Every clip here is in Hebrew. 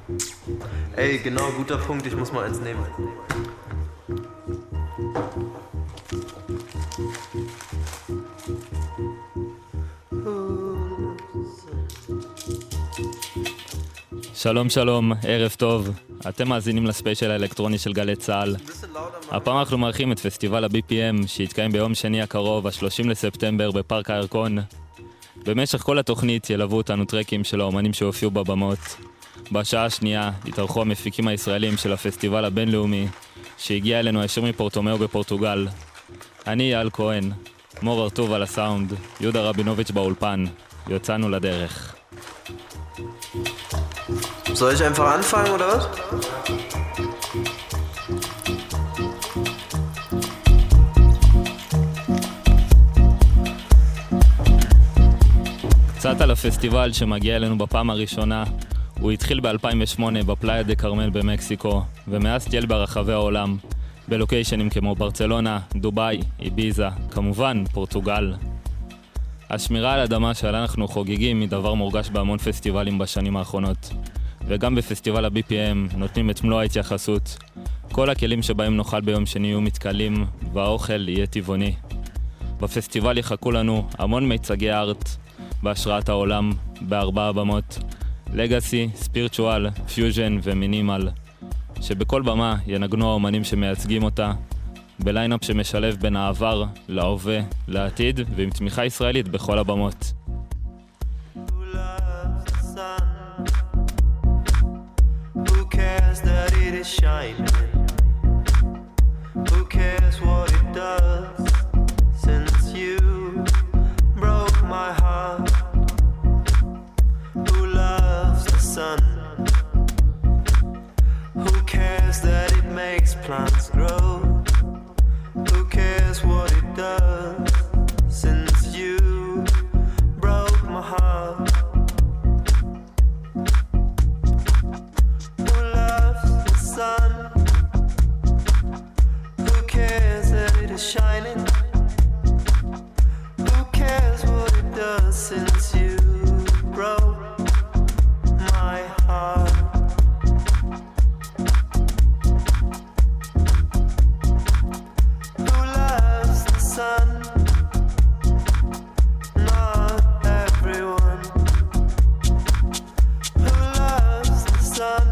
Ey, genau, guter Punkt, ich muss mal eins nehmen. שלום שלום, ערב טוב. אתם מאזינים לספיישל האלקטרוני של גלי צהל. הפעם אנחנו מארחים את פסטיבל ה-BPM שיתקיים ביום שני הקרוב, ה-30 לספטמבר בפארק הירקון. במשך כל התוכנית ילוו אותנו טרקים של האומנים שהופיעו בבמות. בשעה השנייה התארחו המפיקים הישראלים של הפסטיבל הבינלאומי שהגיע אלינו הישר מפורטומאו בפורטוגל. אני יעל כהן, מור ארטוב על הסאונד, יהודה רבינוביץ' באולפן. יוצאנו לדרך. Soll ich einfach anfangen, oder was? קצת על הפסטיבל שמגיע אלינו בפעם הראשונה. הוא התחיל ב-2008 בפלאיה דה קרמל במקסיקו, ומאז טייל ברחבי העולם, בלוקיישנים כמו ברצלונה, דובאי, איביזה, כמובן פורטוגל. השמירה על אדמה שעליה אנחנו חוגגים היא דבר מורגש בהמון פסטיבלים בשנים האחרונות. וגם בפסטיבל ה-BPM נותנים את מלוא ההתייחסות. כל הכלים שבהם נאכל ביום שני יהיו מתקלים, והאוכל יהיה טבעוני. בפסטיבל יחכו לנו המון מיצגי ארט בהשראת העולם, בארבע במות, לגאסי, ספירצ'ואל, פיוז'ן ומינימל, שבכל במה ינגנו האומנים שמייצגים אותה, בליינאפ שמשלב בין העבר להווה, לעתיד, ועם תמיכה ישראלית בכל הבמות. That it is shining. Who cares what it does? Since you broke my heart. Who loves the sun? Who cares that it makes plants grow? Who cares what it does? Since you broke my heart. Who cares that it is shining? Who cares what it does since you broke my heart? Who loves the sun? Not everyone. Who loves the sun?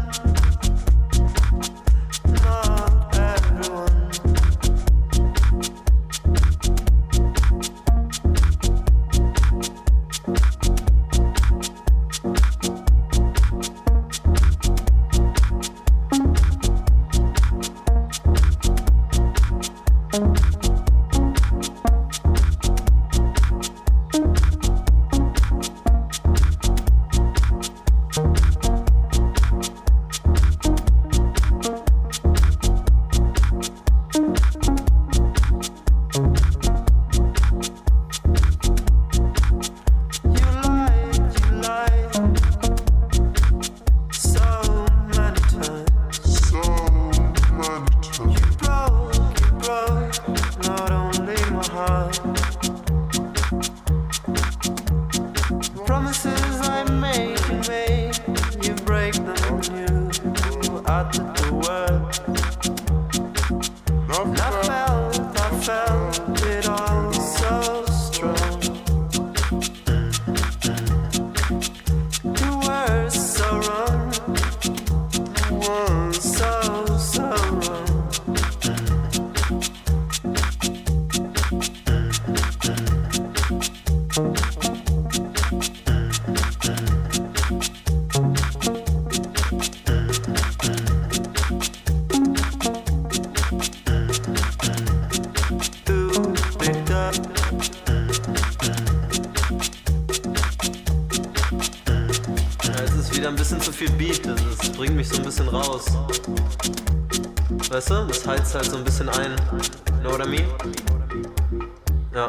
Weißt du? Das heizt halt so ein bisschen ein. You know what I mean? Ja.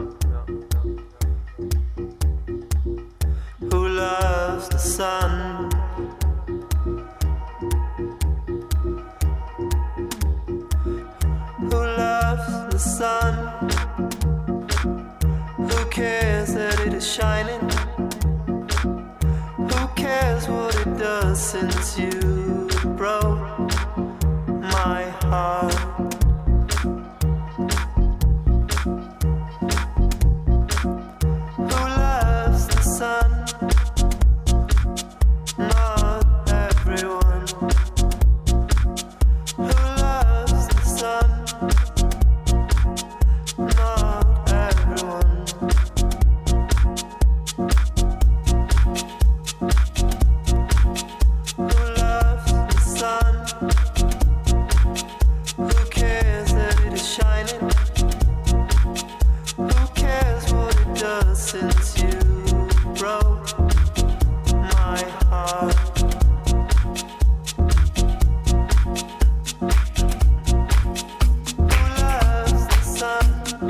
Who loves the sun? Who loves the sun? Who cares that it is shining? Who cares what it does? since you broke my heart. Who loves the sun? Not everyone. Who loves the sun? Not everyone. Who loves the sun? Who cares that it is shining? Who cares what it does since you broke my heart? Who loves the sun?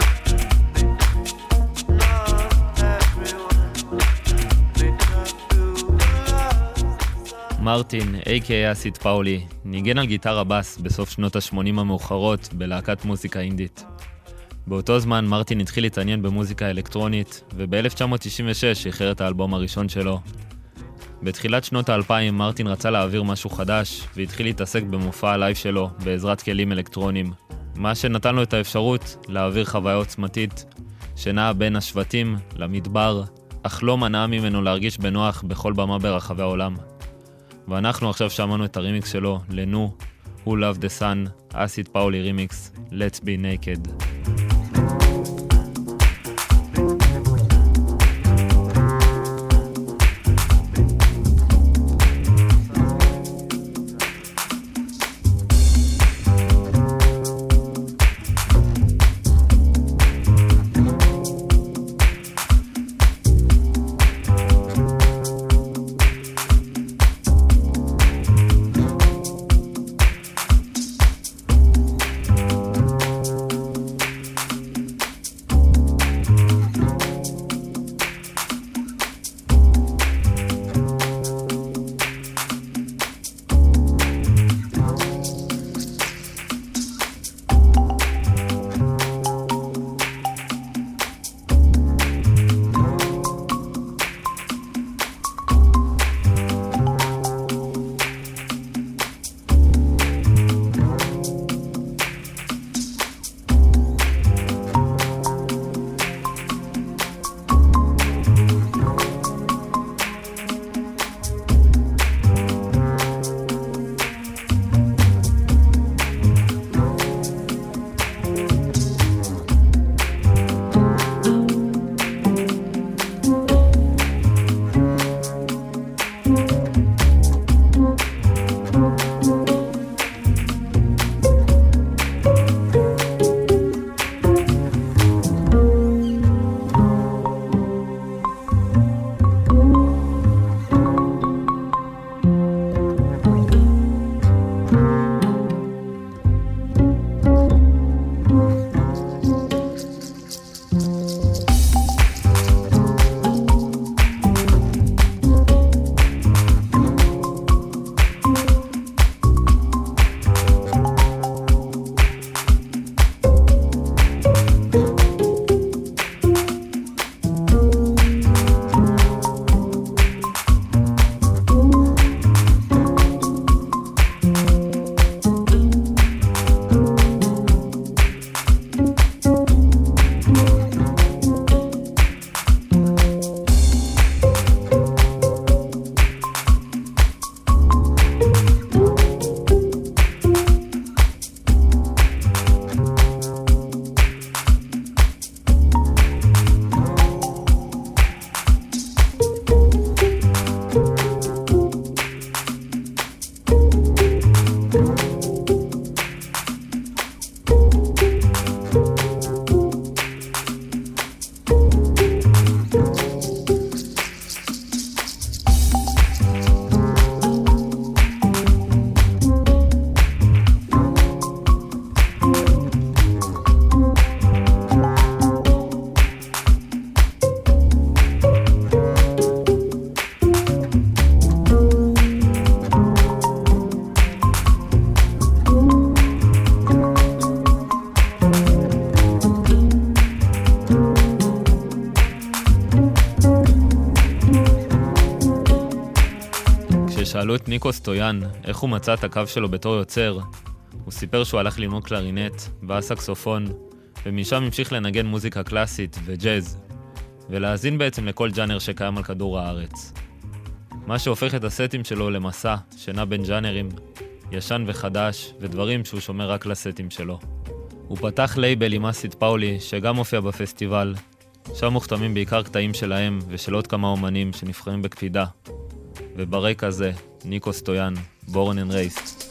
Not everyone. Who loves the sun? מרטין, a.k.a. אסיד פאולי, ניגן על גיטרה בס בסוף שנות ה-80 המאוחרות בלהקת מוזיקה אינדית. באותו זמן מרטין התחיל להתעניין במוזיקה אלקטרונית, וב-1996 איחר את האלבום הראשון שלו. בתחילת שנות ה-2000 מרטין רצה להעביר משהו חדש, והתחיל להתעסק במופע הלייב שלו בעזרת כלים אלקטרוניים. מה שנתן לו את האפשרות להעביר חוויה עוצמתית, שנעה בין השבטים למדבר, אך לא מנעה ממנו להרגיש בנוח בכל במה ברחבי העולם. ואנחנו עכשיו שמענו את הרימיקס שלו לנו, Who Love the Sun, אסיד פאולי רימיקס, Let's Be Naked. שאלו את ניקו סטויאן איך הוא מצא את הקו שלו בתור יוצר, הוא סיפר שהוא הלך ללמוד קלרינט והסקסופון, ומשם המשיך לנגן מוזיקה קלאסית וג'אז, ולהאזין בעצם לכל ג'אנר שקיים על כדור הארץ. מה שהופך את הסטים שלו למסע שנע בין ג'אנרים, ישן וחדש, ודברים שהוא שומר רק לסטים שלו. הוא פתח לייבל עם אסיד פאולי שגם הופיע בפסטיבל, שם מוכתמים בעיקר קטעים שלהם ושל עוד כמה אומנים שנבחרים בקפידה. וברקע זה, ניקו סטויאן, Born and Raised.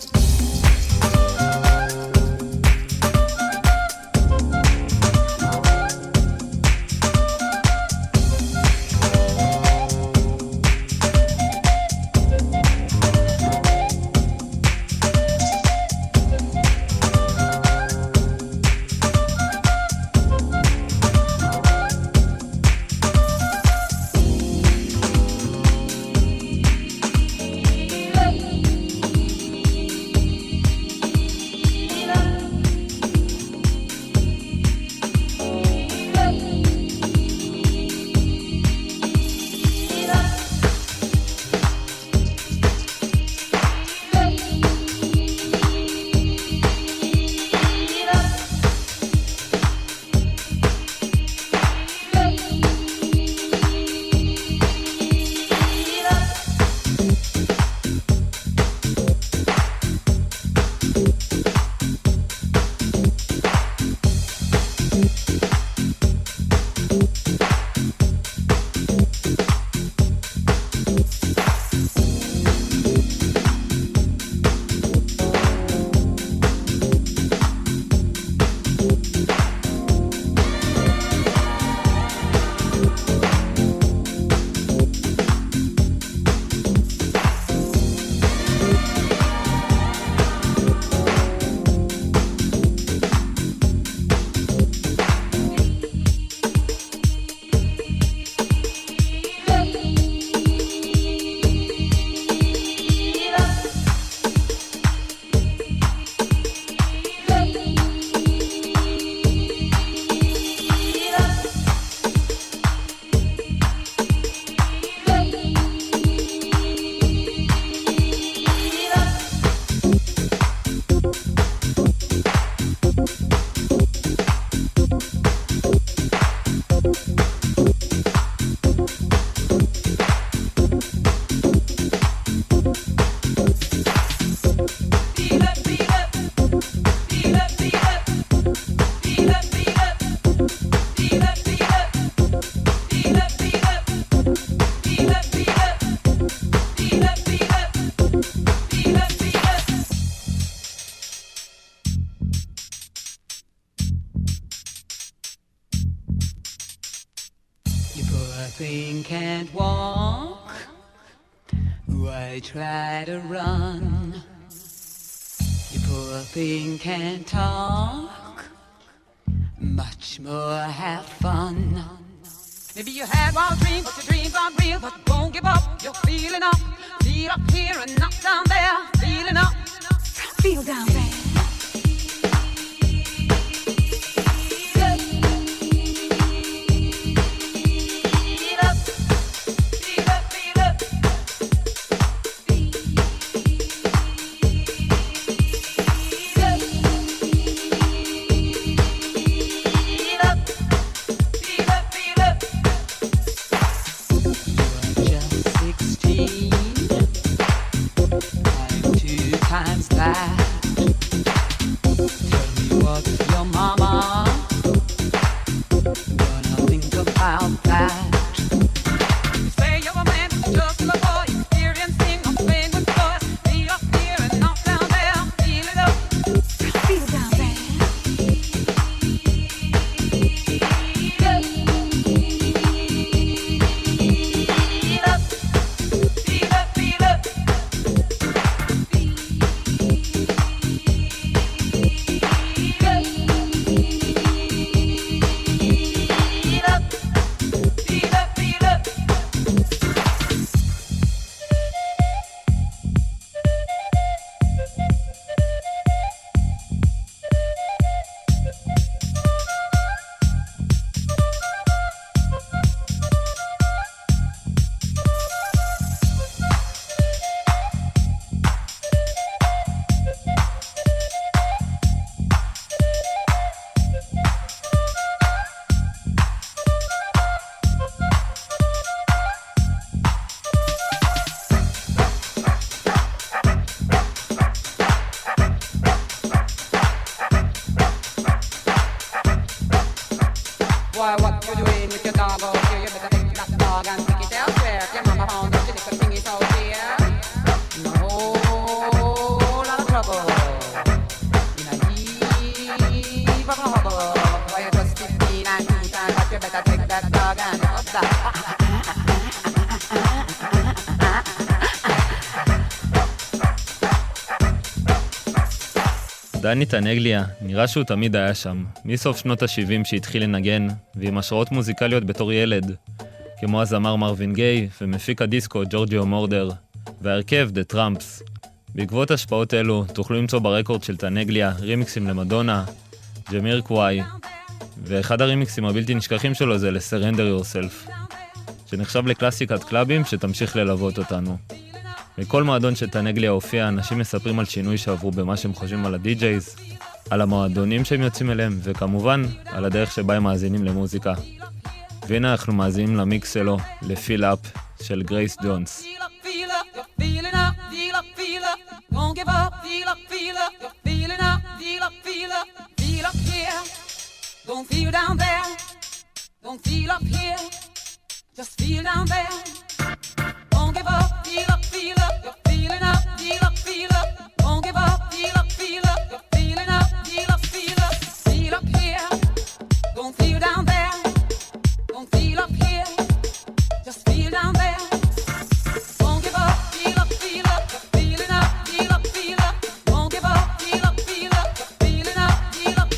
thing can't walk, why try to run? You poor thing can't talk, much more have fun. Maybe you had wild dreams, but your dreams aren't real, but you won't give up. You're feeling up, feel up here and not down there. Feeling up, feel down there. דני טנגליה, נראה שהוא תמיד היה שם, מסוף שנות ה-70 שהתחיל לנגן, ועם השראות מוזיקליות בתור ילד, כמו הזמר מרווין גיי ומפיק הדיסקו ג'ורג'יו מורדר, והרכב דה טראמפס. בעקבות השפעות אלו תוכלו למצוא ברקורד של טנגליה רימיקסים למדונה, ג'מיר קוואי, ואחד הרימיקסים הבלתי נשכחים שלו זה לסרנדר יורסלף, שנחשב לקלאסיקת קלאבים שתמשיך ללוות אותנו. בכל מועדון שטנגליה הופיע, אנשים מספרים על שינוי שעברו במה שהם חושבים על הדי-ג'ייז, על המועדונים שהם יוצאים אליהם, וכמובן, על הדרך שבה הם מאזינים למוזיקה. והנה אנחנו מאזינים למיקס שלו, לפיל אפ של גרייס ג'ונס. Just feel down there. Don't give up, feel up, you're feeling up, feel up. Don't give up, feel up, you're feeling up, feel up here. Don't feel down there. Don't feel up here. Just feel down there. Don't give up, feel up, you're feeling up, feel up. Don't give up, feel up, you're feeling up, feel up.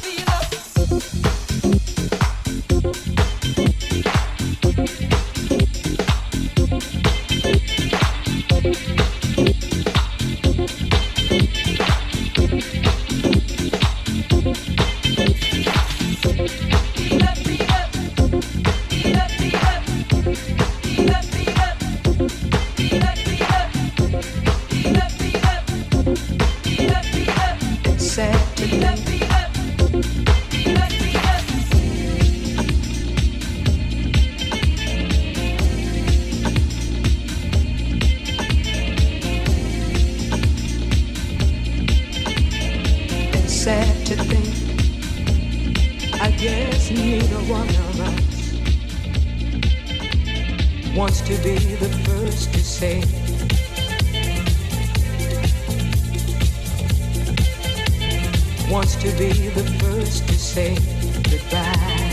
Wants to be the first to say wants to be the first to say goodbye.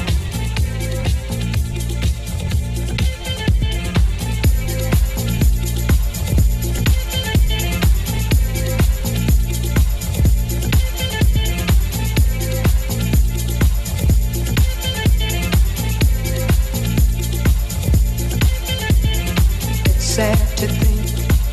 Sad to think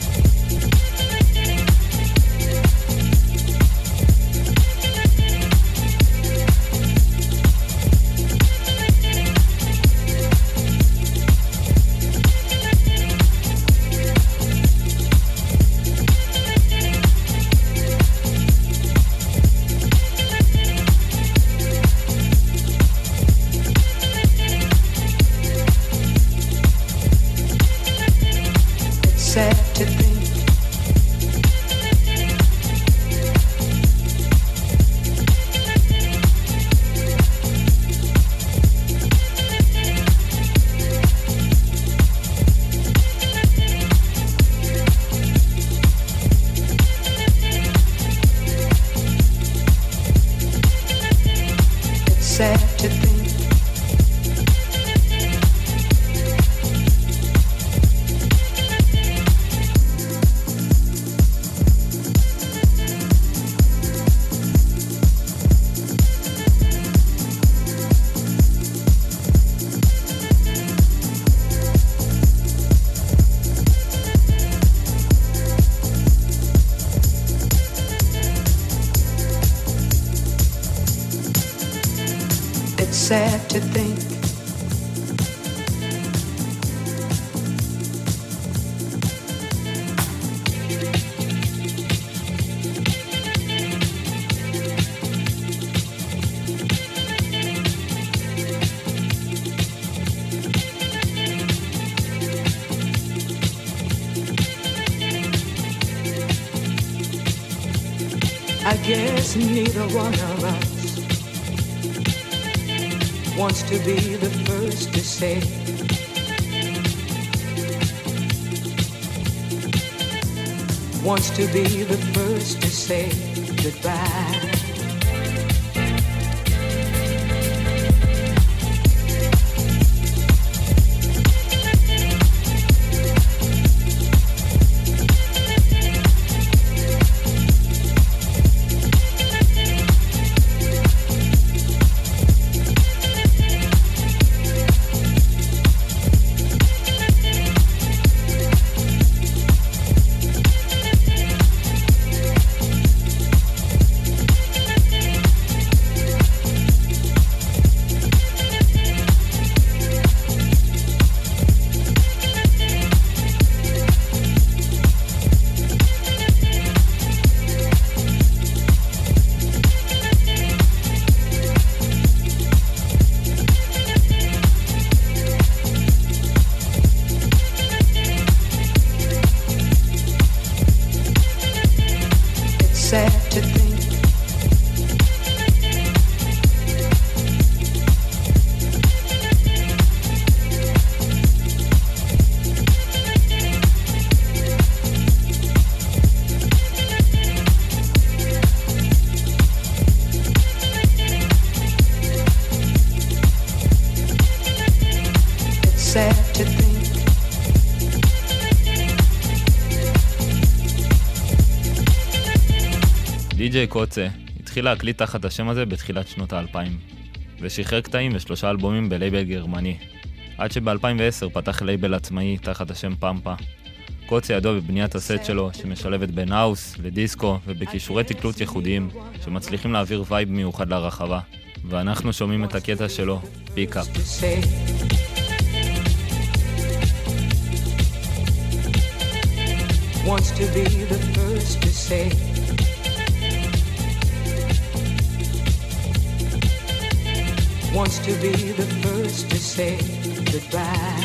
sad to think I guess neither one of us wants to be the first to say wants to be the first to say goodbye. sad to think sad to think די.ג'יי קוצה התחיל להקליט תחת השם הזה בתחילת שנות ה-2000 ושחרר קטעים ו3 אלבומים בלייבל גרמני עד שב-2010 פתח לייבל עצמאי תחת השם פמפה. קוצה ידוע בבניית הסט שלו שמשלבת בין האוס לדיסקו ובכישורי תקלוט ייחודיים שמצליחים להעביר וייב מיוחד לרחבה ואנחנו שומעים את הקטע שלו, פיקאפ. Wants to be the first to say Wants to be the first to say goodbye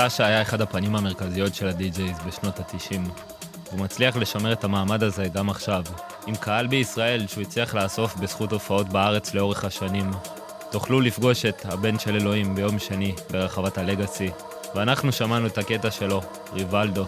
סאשה היה אחד הפנים המרכזיות של הדי-ג'ייז בשנות ה-90. הוא מצליח לשמר את המעמד הזה גם עכשיו, עם קהל בישראל שהוא הצליח לאסוף בזכות הופעות בארץ לאורך השנים. תוכלו לפגוש את הבן של אלוהים ביום שני ברחבת הלגאסי, ואנחנו שמענו את הקטע שלו, ריבלדו.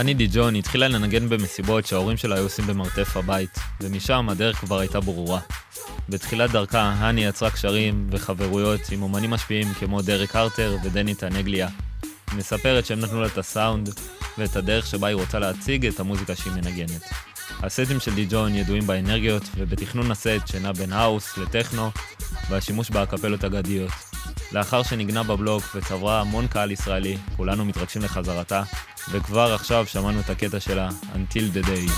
אני די ג'ון התחילה לנגן במסיבות שההורים שלה היו עושים במרתף הבית, ומשם הדרך כבר הייתה ברורה. בתחילת דרכה, הני יצרה קשרים וחברויות עם אומנים משפיעים כמו דרק הרטר ודני טנגליה. היא מספרת שהם נתנו לה את הסאונד ואת הדרך שבה היא רוצה להציג את המוזיקה שהיא מנגנת. הסטים של די ג'ון ידועים באנרגיות ובתכנון הסט שנע בין האוס לטכנו והשימוש בהקפלות אגדיות. לאחר שנגנה בבלוק וצברה המון קהל ישראלי, כולנו מתרגשים לחזרתה, וכבר עכשיו שמענו את הקטע שלה, Until the Day.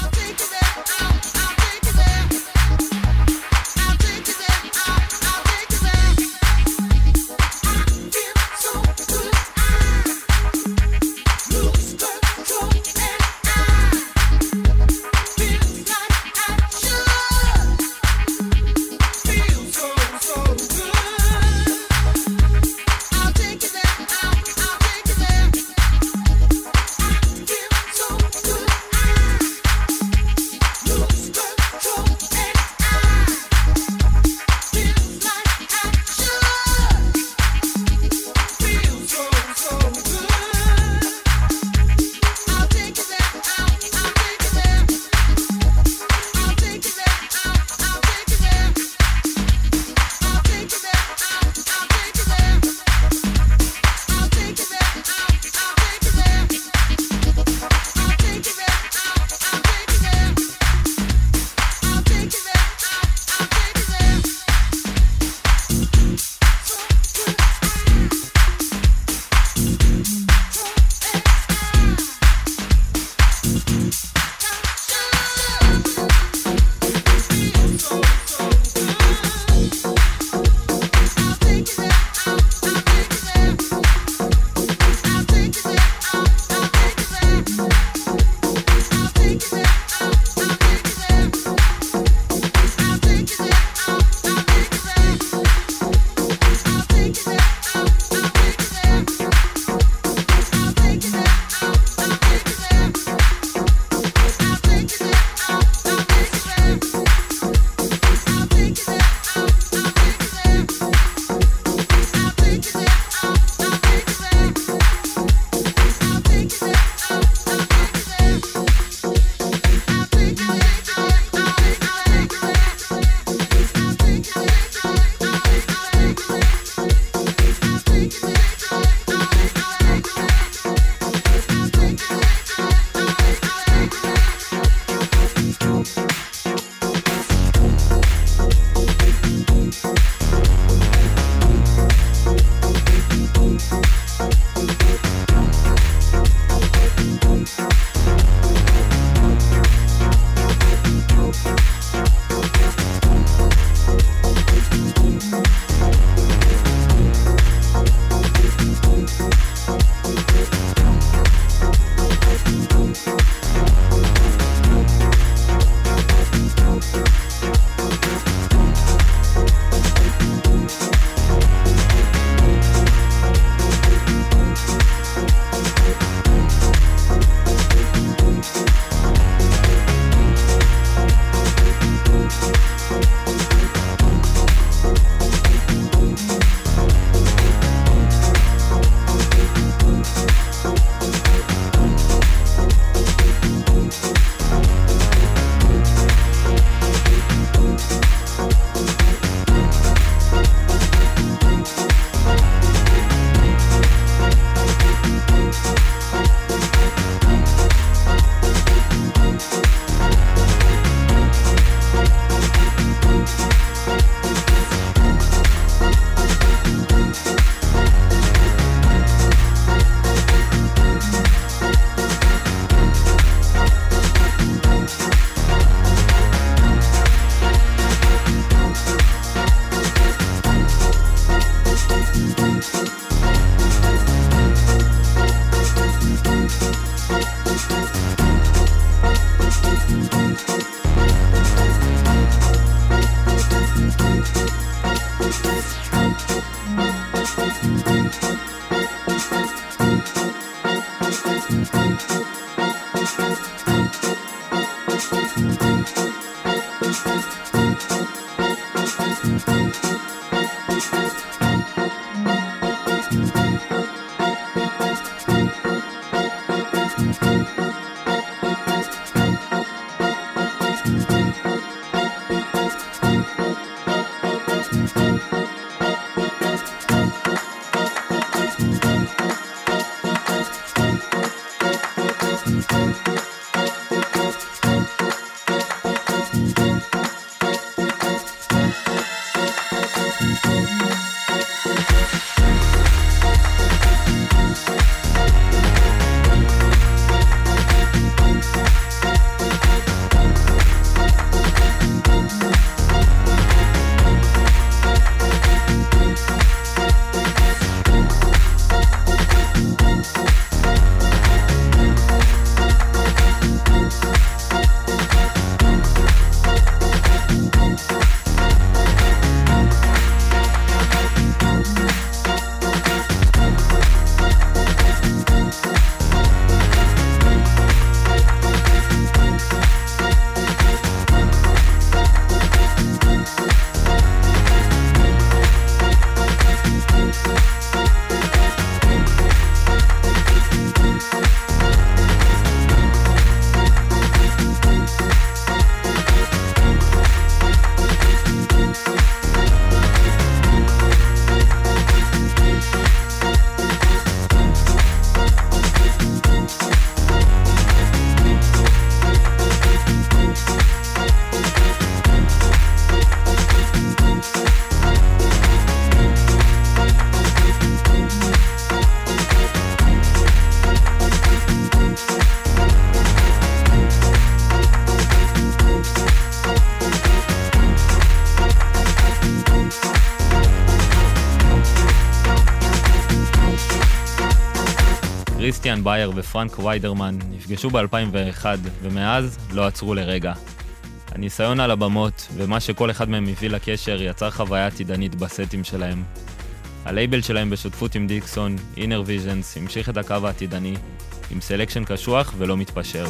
קריסטיאן בייר ופרנק ויידרמן נפגשו ב-2001 ומאז לא עצרו לרגע. הניסיון על הבמות ומה שכל אחד מהם הביא לקשר יצר חוויה עתידנית בסטים שלהם. הלייבל שלהם בשותפות עם דיקסון, אינר ויז'נס, המשיך את הקו העתידני עם סלקשן קשוח ולא מתפשר.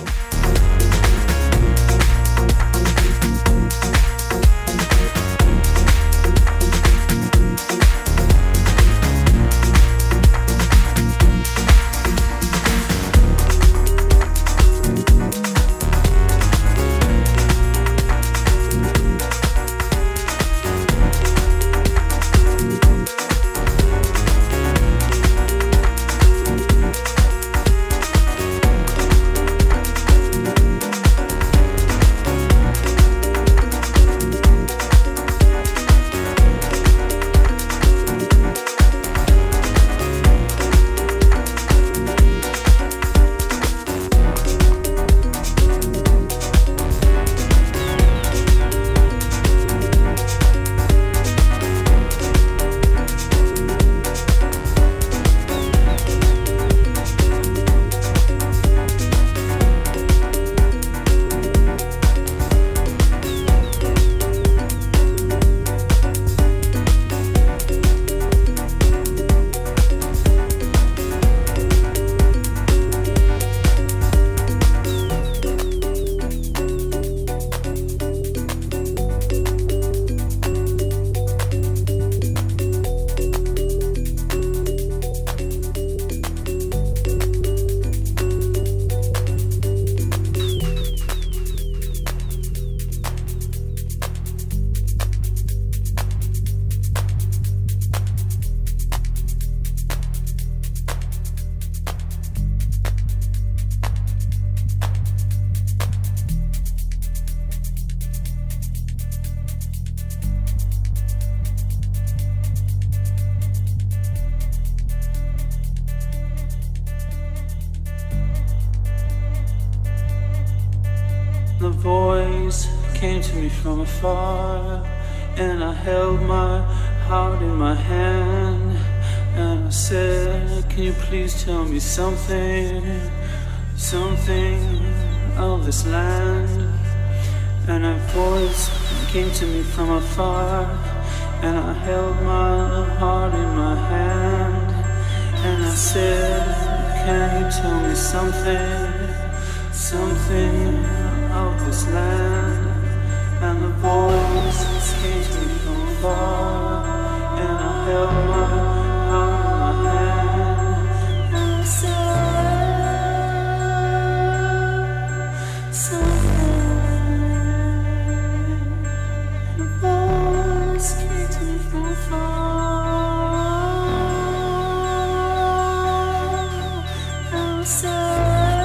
The voice came to me from afar, and I held my heart in my hand, and I said, can you please tell me something of this land? And a voice came to me from afar, and I held my heart in my hand, and I said, can you tell me something of this land? And the voice came to me from afar, and I held my heart in my hand, and I said something. The voice came to me from afar, and I said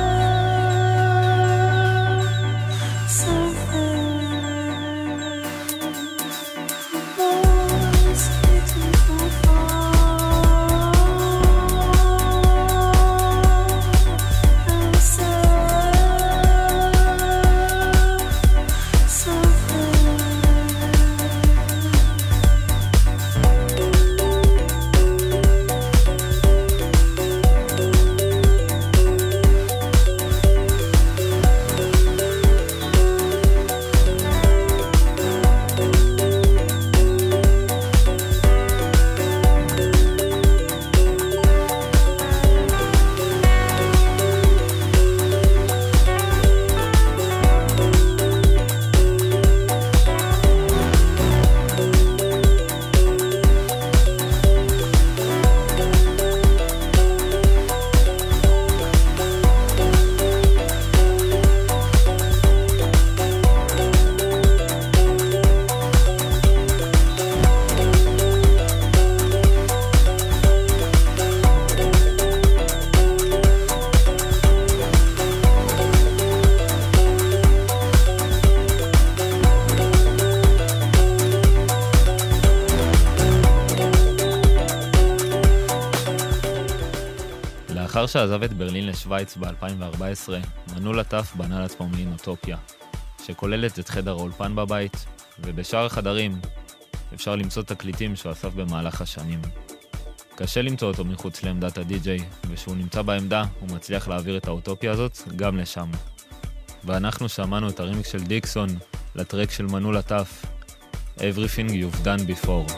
לאחר שעזב את ברלין לשוויץ ב-2014, מנול עטף בנה לעצמו מין אוטופיה, שכוללת את חדר האולפן בבית, ובשאר החדרים אפשר למצוא תקליטים שהוא אסף במהלך השנים. קשה למצוא אותו מחוץ לעמדת הדי-ג'יי, ושהוא נמצא בעמדה, הוא מצליח להעביר את האוטופיה הזאת גם לשם. ואנחנו שמענו את הרימיקס של דיקסון לטרק של מנו לטף, Everything You've Done Before.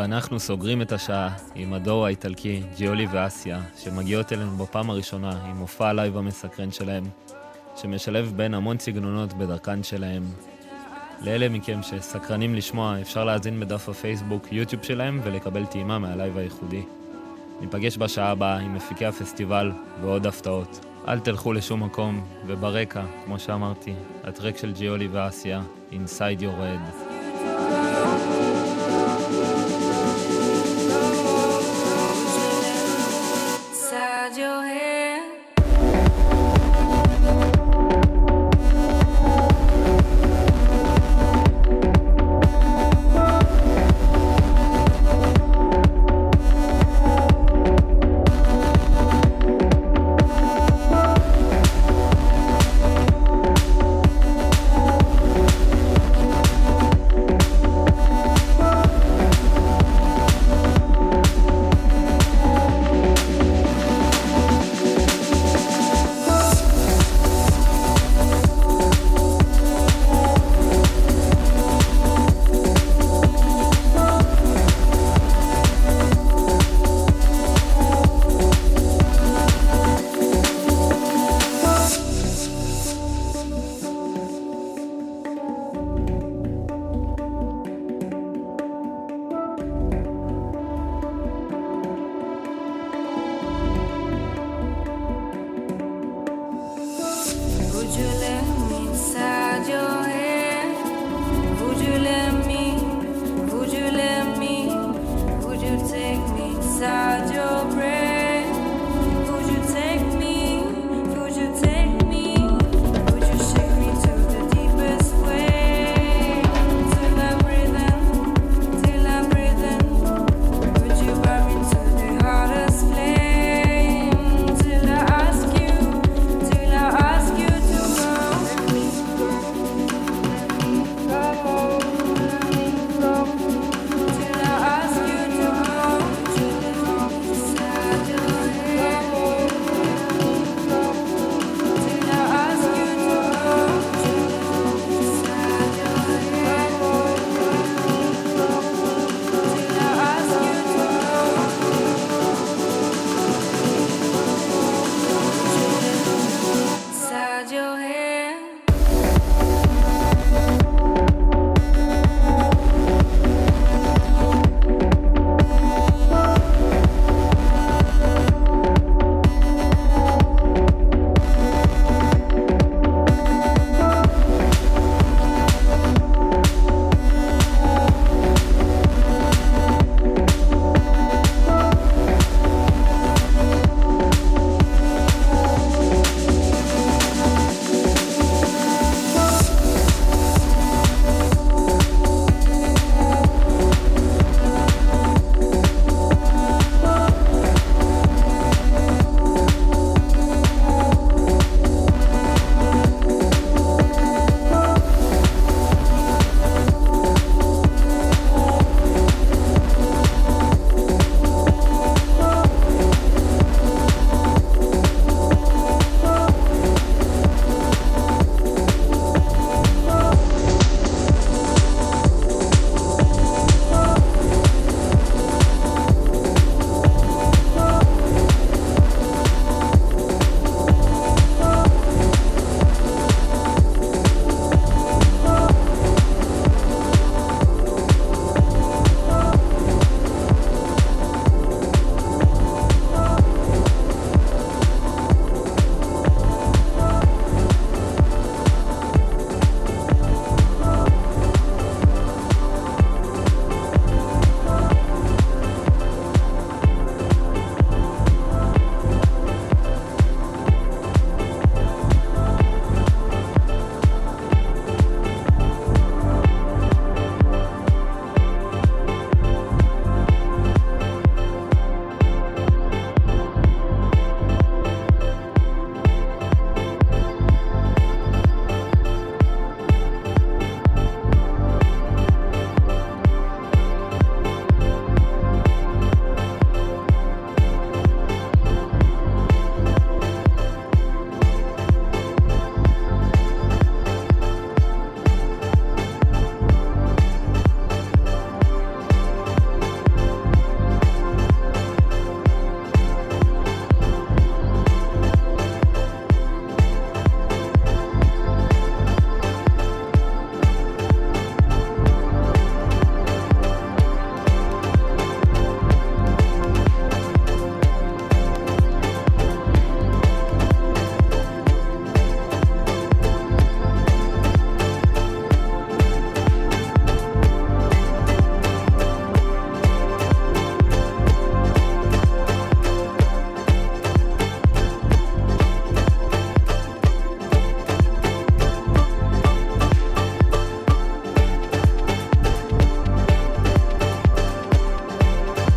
ואנחנו סוגרים את השעה עם הדור האיטלקי, ג'יולי ואסיה, שמגיעות אלינו בפעם הראשונה עם מופע הלייב המסקרן שלהם, שמשלב בין המון סגנונות בדרכן שלהם. לאלה מכם שסקרנים לשמוע, אפשר להזין בדף הפייסבוק, יוטיוב שלהם ולקבל טעימה מהלייב הייחודי. ניפגש בשעה הבאה עם מפיקי הפסטיבל ועוד הפתעות. אל תלכו לשום מקום, וברקע, כמו שאמרתי, הטרק של ג'יולי ואסיה, Inside Your Head.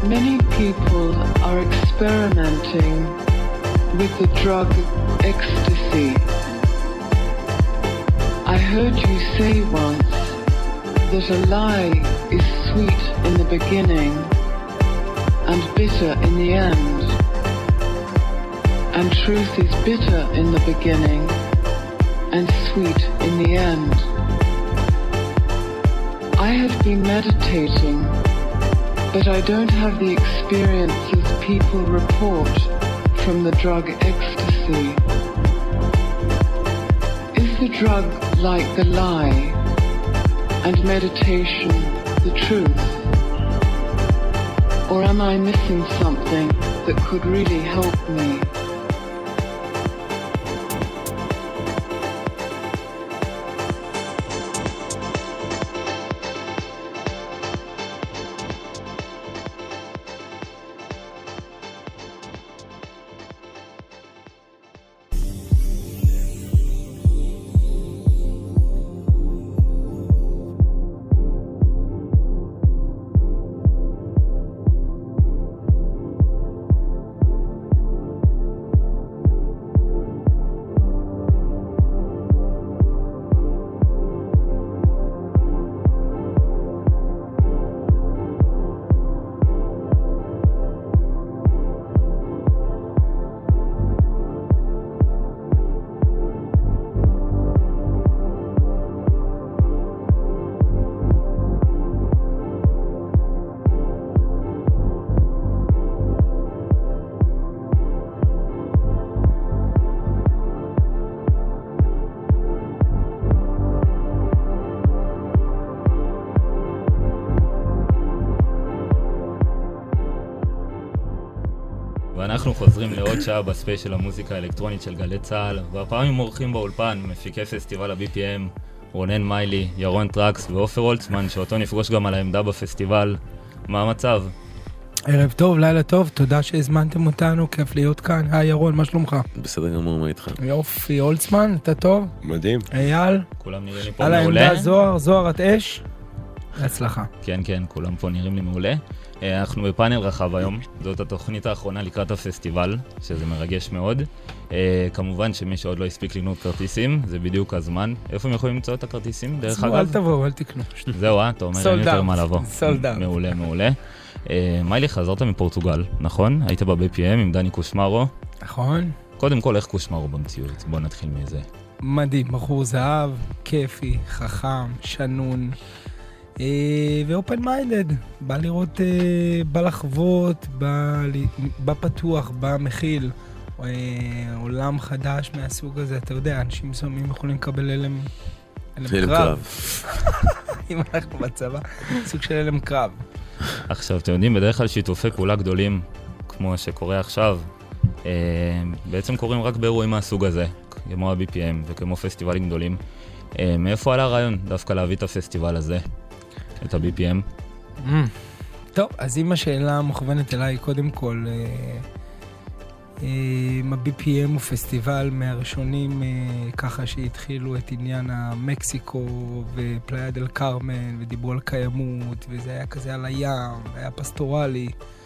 Many people are experimenting with the drug ecstasy. I heard you say once that a lie is sweet in the beginning and bitter in the end, and truth is bitter in the beginning and sweet in the end. I have been meditating, but I don't have the experiences people report from the drug ecstasy. Is the drug like the lie, and meditation the truth? Or am I missing something that could really help me? ואנחנו חוזרים לעוד שעה בספיישל המוזיקה האלקטרונית של גלי צהל, והפעם עם אורחים באולפן, מפיקי פסטיבל ה-BPM, רונן מיילי, ירון טרקס ואופר הולצמן, שאותו נפגוש גם על העמדה בפסטיבל. מה המצב? ערב טוב, לילה טוב, תודה שהזמנתם אותנו, כיף להיות כאן. היי ירון, מה שלומך? בסדר גמור, מה איתך? יופי, הולצמן, אתה טוב? מדהים. אייל? כולם נראים לי פה על מעולה. העמדה זוהר את אש? להצלחה. כן, כן, כולם פה נראים לי מעולה. אנחנו בפאנל רחב היום, זאת התוכנית האחרונה לקראת הפסטיבל, שזה מרגש מאוד. כמובן שמי שעוד לא הספיק לקנות כרטיסים, זה בדיוק הזמן. איפה הם יכולים למצוא את הכרטיסים? דרך אגב? אל תבואו, אל תקנו. זהו, אתה אומר, אין יותר מה לבוא. סולדאוט. מעולה, מעולה. מיילי, חזרת מפורטוגל, נכון? היית ב-BPM עם דני קושמרו. נכון. קודם כל, איך קושמרו במציאות? בוא נתחיל מזה. מדהים, בחור זהב, כיפי, חכם, שנון. ואופן מיינדד, בא לראות, בא לחוות, בא פתוח, בא מכיל, עולם חדש מהסוג הזה, אתה יודע, אנשים מסוימים יכולים לקבל אלם קרב. אם אנחנו בצבא, סוג של אלם קרב. עכשיו, אתם יודעים, בדרך כלל שיתופי פעולה גדולים, כמו שקורה עכשיו, בעצם קורים רק באירועים מהסוג הזה, כמו ה-BPM וכמו פסטיבלים גדולים. מאיפה עלה הרעיון דווקא להביא את הפסטיבל הזה? את ה-BPM. טוב, אז אם השאלה מוכוונת אליי, קודם כל, ה-BPM הוא פסטיבל מהראשונים ככה שהתחילו את עניין המקסיקו ופלאיה דל קרמן, ודיברו על קיימות, וזה היה כזה על הים, והיה פסטורלי,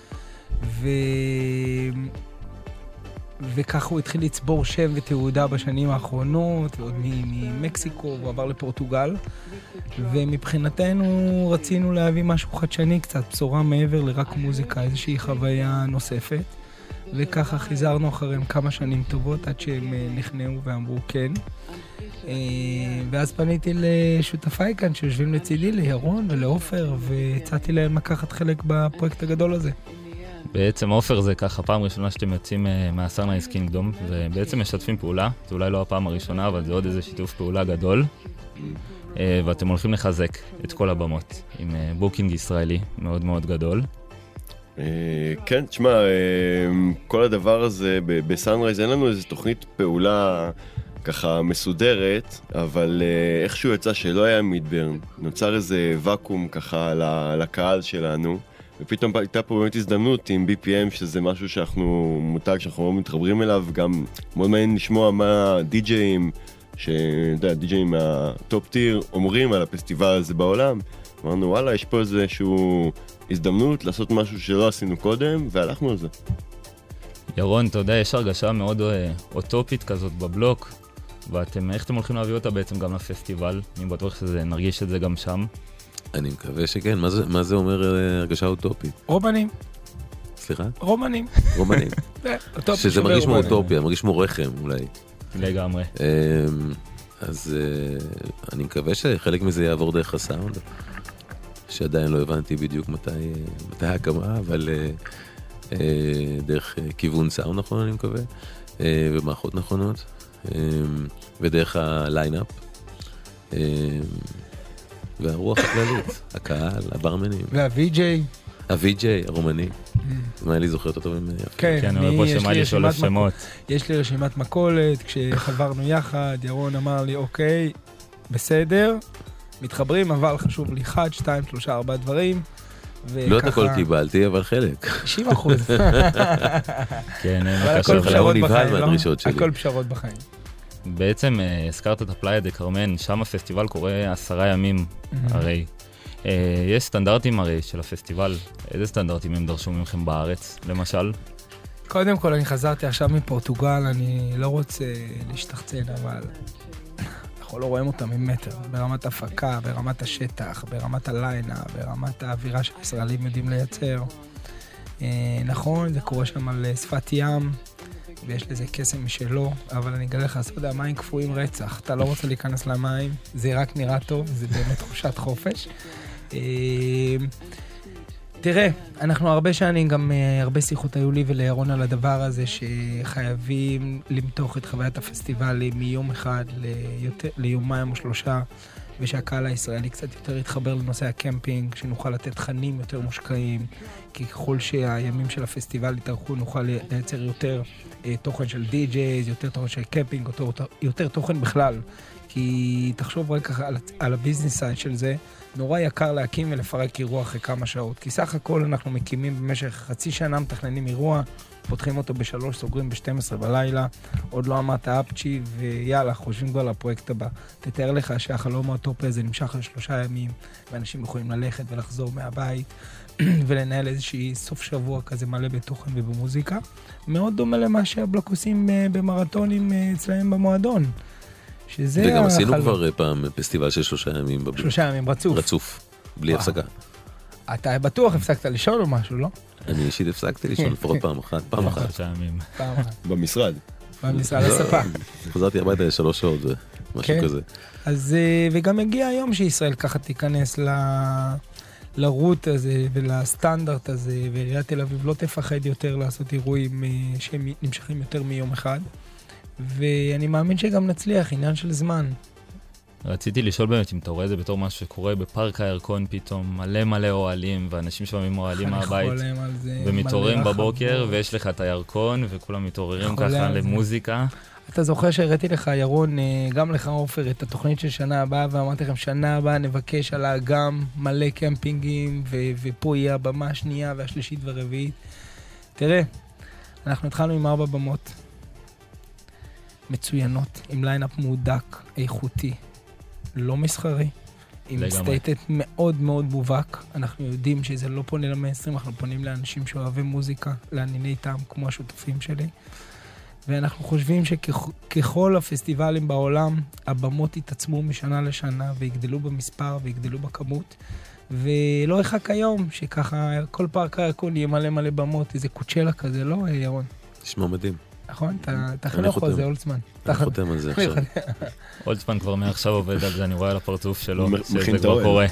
וככה הוא התחיל לצבור שם ותעודה בשנים האחרונות, ועוד ממקסיקו, הוא עבר לפורטוגל, ומבחינתנו רצינו להביא משהו חדשני קצת, בשורה מעבר לרק מוזיקה, איזושהי חוויה נוספת, וככה חיזרנו אחריהם כמה שנים טובות עד שהם נכנעו ואמרו כן. ואז פניתי לשותפיי כאן שיושבים לצידי, לירון ולאופר, והצעתי להם לקחת חלק בפרויקט הגדול הזה. בעצם אופר זה ככה פעם ראשונה שאתם יוצאים מהסאנרייז קינגדום, ובעצם משתפים פעולה, זה אולי לא הפעם הראשונה, אבל זה עוד איזה שיתוף פעולה גדול, ואתם הולכים לחזק את כל הבמות עם בוקינג ישראלי מאוד מאוד גדול. כן, תשמע, כל הדבר הזה בסאנרייז אין לנו איזו תוכנית פעולה ככה מסודרת, אבל איכשהו יצא שלא היה מידברן, נוצר איזה וקום ככה לקהל שלנו, ופתאום הייתה פה באמת הזדמנות עם BPM, שזה משהו שאנחנו, מותג שאנחנו מאוד מתחברים אליו, גם מאוד מעניין לשמוע מה די-ג'אים, די-ג'אים מהטופ טיר אומרים על הפסטיבל הזה בעולם, אמרנו, וואלה, יש פה איזשהו הזדמנות לעשות משהו שלא עשינו קודם, והלכנו על זה. ירון, אתה יודע, יש הרגשה מאוד אוטופית כזאת בבלוק, איך אתם הולכים להביא אותה בעצם גם לפסטיבל? אני בטוח שנרגיש את זה גם שם. אני מקווה שכן. מה זה אומר הרגשה אוטופית? רומנים. סליחה? רומנים. רומנים. שזה מרגיש כמו אוטופיה, מרגיש כמו רחם אולי. לגמרי. אז אני מקווה שחלק מזה יעבור דרך הסאונד, שעדיין לא הבנתי בדיוק מתי ההקמה, אבל דרך כיוון סאונד נכון אני מקווה, ומערכות נכונות, ודרך הליינאפ, והרוח הכללית, הקהל, הברמנים. והווי-ג'יי. הווי-ג'יי, הרומני. מה לי זוכרת אותו ממני? כן, אבל פה שמע לי 3 שמות. יש לי רשימת מכולת, כשחברנו יחד, ירון אמר לי, אוקיי, בסדר, מתחברים, אבל חשוב לי 1, 2, 3, 4 דברים. לא את הכל קיבלתי, אבל חלק. 90%. כן, אבל הכל פשרות בחיים, לא? הכל פשרות בחיים. בעצם הזכרת את הפלאיה דה קרמן, שם הפסטיבל קורה 10 ימים הרי. יש סטנדרטים הרי של הפסטיבל, איזה סטנדרטים הם דרשו ממכם בארץ, למשל? קודם כל, אני חזרתי עכשיו מפורטוגל, אני לא רוצה להשתחצן, אבל אנחנו לא רואים אותם ממטר, ברמת הפקה, ברמת השטח, ברמת הליינה, ברמת האווירה שהישראלים יודעים לייצר. נכון, זה קורה שם על שפת ים, ויש לזה קסם משלו, אבל אני אגלה לך, אתה יודע, מים קפואים רצח, אתה לא רוצה להיכנס למים, זה רק נראה טוב, זה באמת תחושת חופש. תראה, אנחנו הרבה שנים, גם הרבה שיחות היו לי ולירון על הדבר הזה, שחייבים למתוח את חוויית הפסטיבלים מיום אחד ליומיים או 3, ושהקהל הישראלי קצת יותר יתחבר לנושא הקמפינג, שנוכל לתת תכנים יותר מושקעים, כי ככל שהימים של הפסטיבל יתארכו, נוכל לייצר יותר תוכן של די-ג'ייז, יותר תוכן של קמפינג, יותר תוכן בכלל. כי תחשוב רק על הביזנס סייד של זה, נורא יקר להקים ולפרק אירוע אחרי כמה שעות. כי סך הכל אנחנו מקימים במשך חצי שנה, מתכננים אירוע, פותחים אותו ב3, סוגרים ב12 בלילה, עוד לא אמרת אפצ'י, ויאללה, חושבים כבר לפרויקט הבא. תתאר לך שהחלום האוטופי הזה נמשך ל3 ימים, ואנשים יכולים ללכת ולחזור מהבית, ולנהל איזושהי סוף שבוע כזה מלא בתוכן ובמוזיקה. מאוד דומה למה שהבלוק עושים במרתונים אצלהם במועדון. וגם עשינו כבר פעם פסטיבל של 3 ימים בבלוק. 3 ימים, רצוף. רצוף, בלי הפסקה. אתה בטוח הפסקת לישון או משהו, לא? אני אישית הפסקתי לישון לפחות פעם אחת. פעם אחת. במשרד. במשרד הספה. חזרתי הביתה 3 שעות, משהו כזה. אז, וגם הגיע היום שישראל ככה תיכנס לרוט הזה ולסטנדרט הזה, ועיריית תל אביב לא תפחד יותר לעשות אירועים שהם נמשכים יותר מיום אחד. ואני מאמין שגם נצליח, עניין של זמן. רציתי לשאול באמת אם אתה רואה את זה בתור משהו שקורה בפארק הירקון פתאום, מלא אוהלים, ואנשים שומעים אוהלים מהבית, ומתעוררים בבוקר, ויש לך את הירקון, וכולם מתעוררים ככה למוזיקה. אתה זוכר שהראיתי לך, ירון, גם לך עופר, את התוכנית של שנה הבאה, ואמרתי לכם, שנה הבאה נבקש על האגם מלא קמפינגים, ופה יהיה הבמה השנייה והשלישית והרביעית. תראה, אנחנו התחלנו עם 4 במות. מצוינות, עם ליינאפ מודק, איכותי, לא מסחרי, עם סטייטט מאוד מאוד מובהק. אנחנו יודעים שזה לא פונה למיינסטרים, אנחנו פונים לאנשים שאוהבים מוזיקה, לענייני טעם כמו השותפים שלי. ואנחנו חושבים שככל הפסטיבלים בעולם, הבמות יתעצמו משנה לשנה, ויגדלו במספר ויגדלו בכמות. ולא יחק היום, שככה כל פארק הירקון יהיה מלא במות, איזה קוצ'לה כזה, לא ירון? נשמע מדהים. נכון? אתה חנוך על זה, אולצמן. אני חותם על זה עכשיו. אולצמן כבר מעכשיו עובד על זה, אני רואה על הפרצוף שלו, שזה כבר קורה.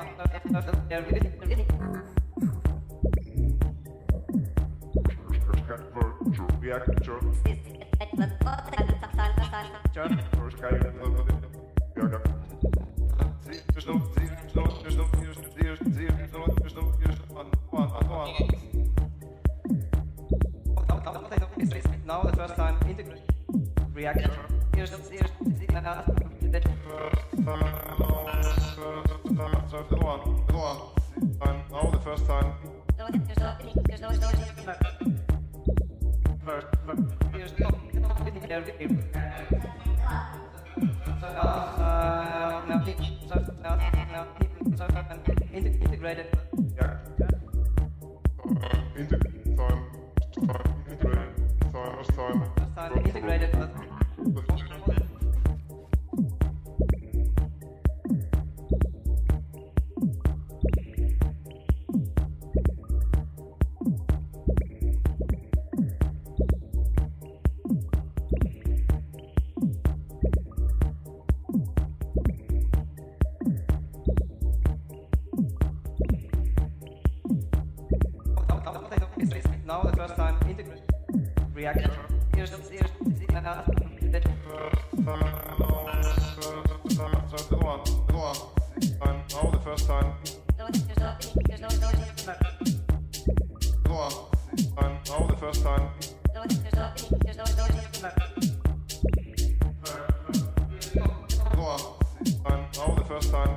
Now the first time integrate reaction. Here's the now the first time. Integrated. Integrated. Now the first time integrate reaction. Here's the now the first time. Now the first time. Now the first time. Now the first time. Now the first time.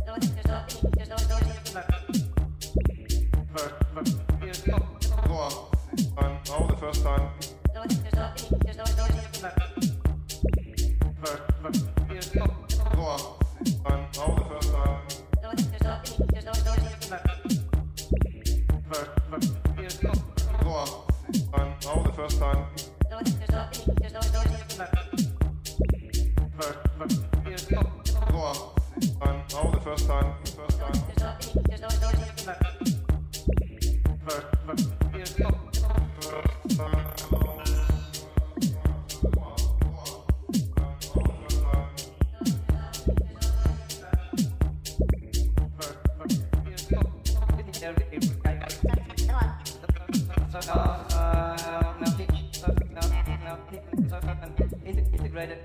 Integrated.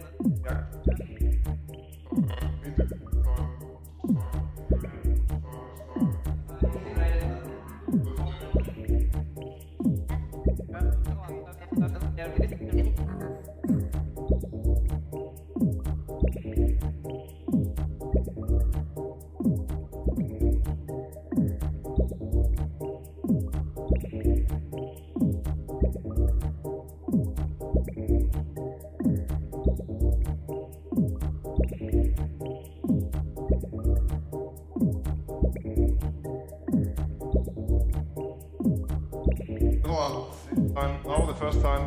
Now the first time.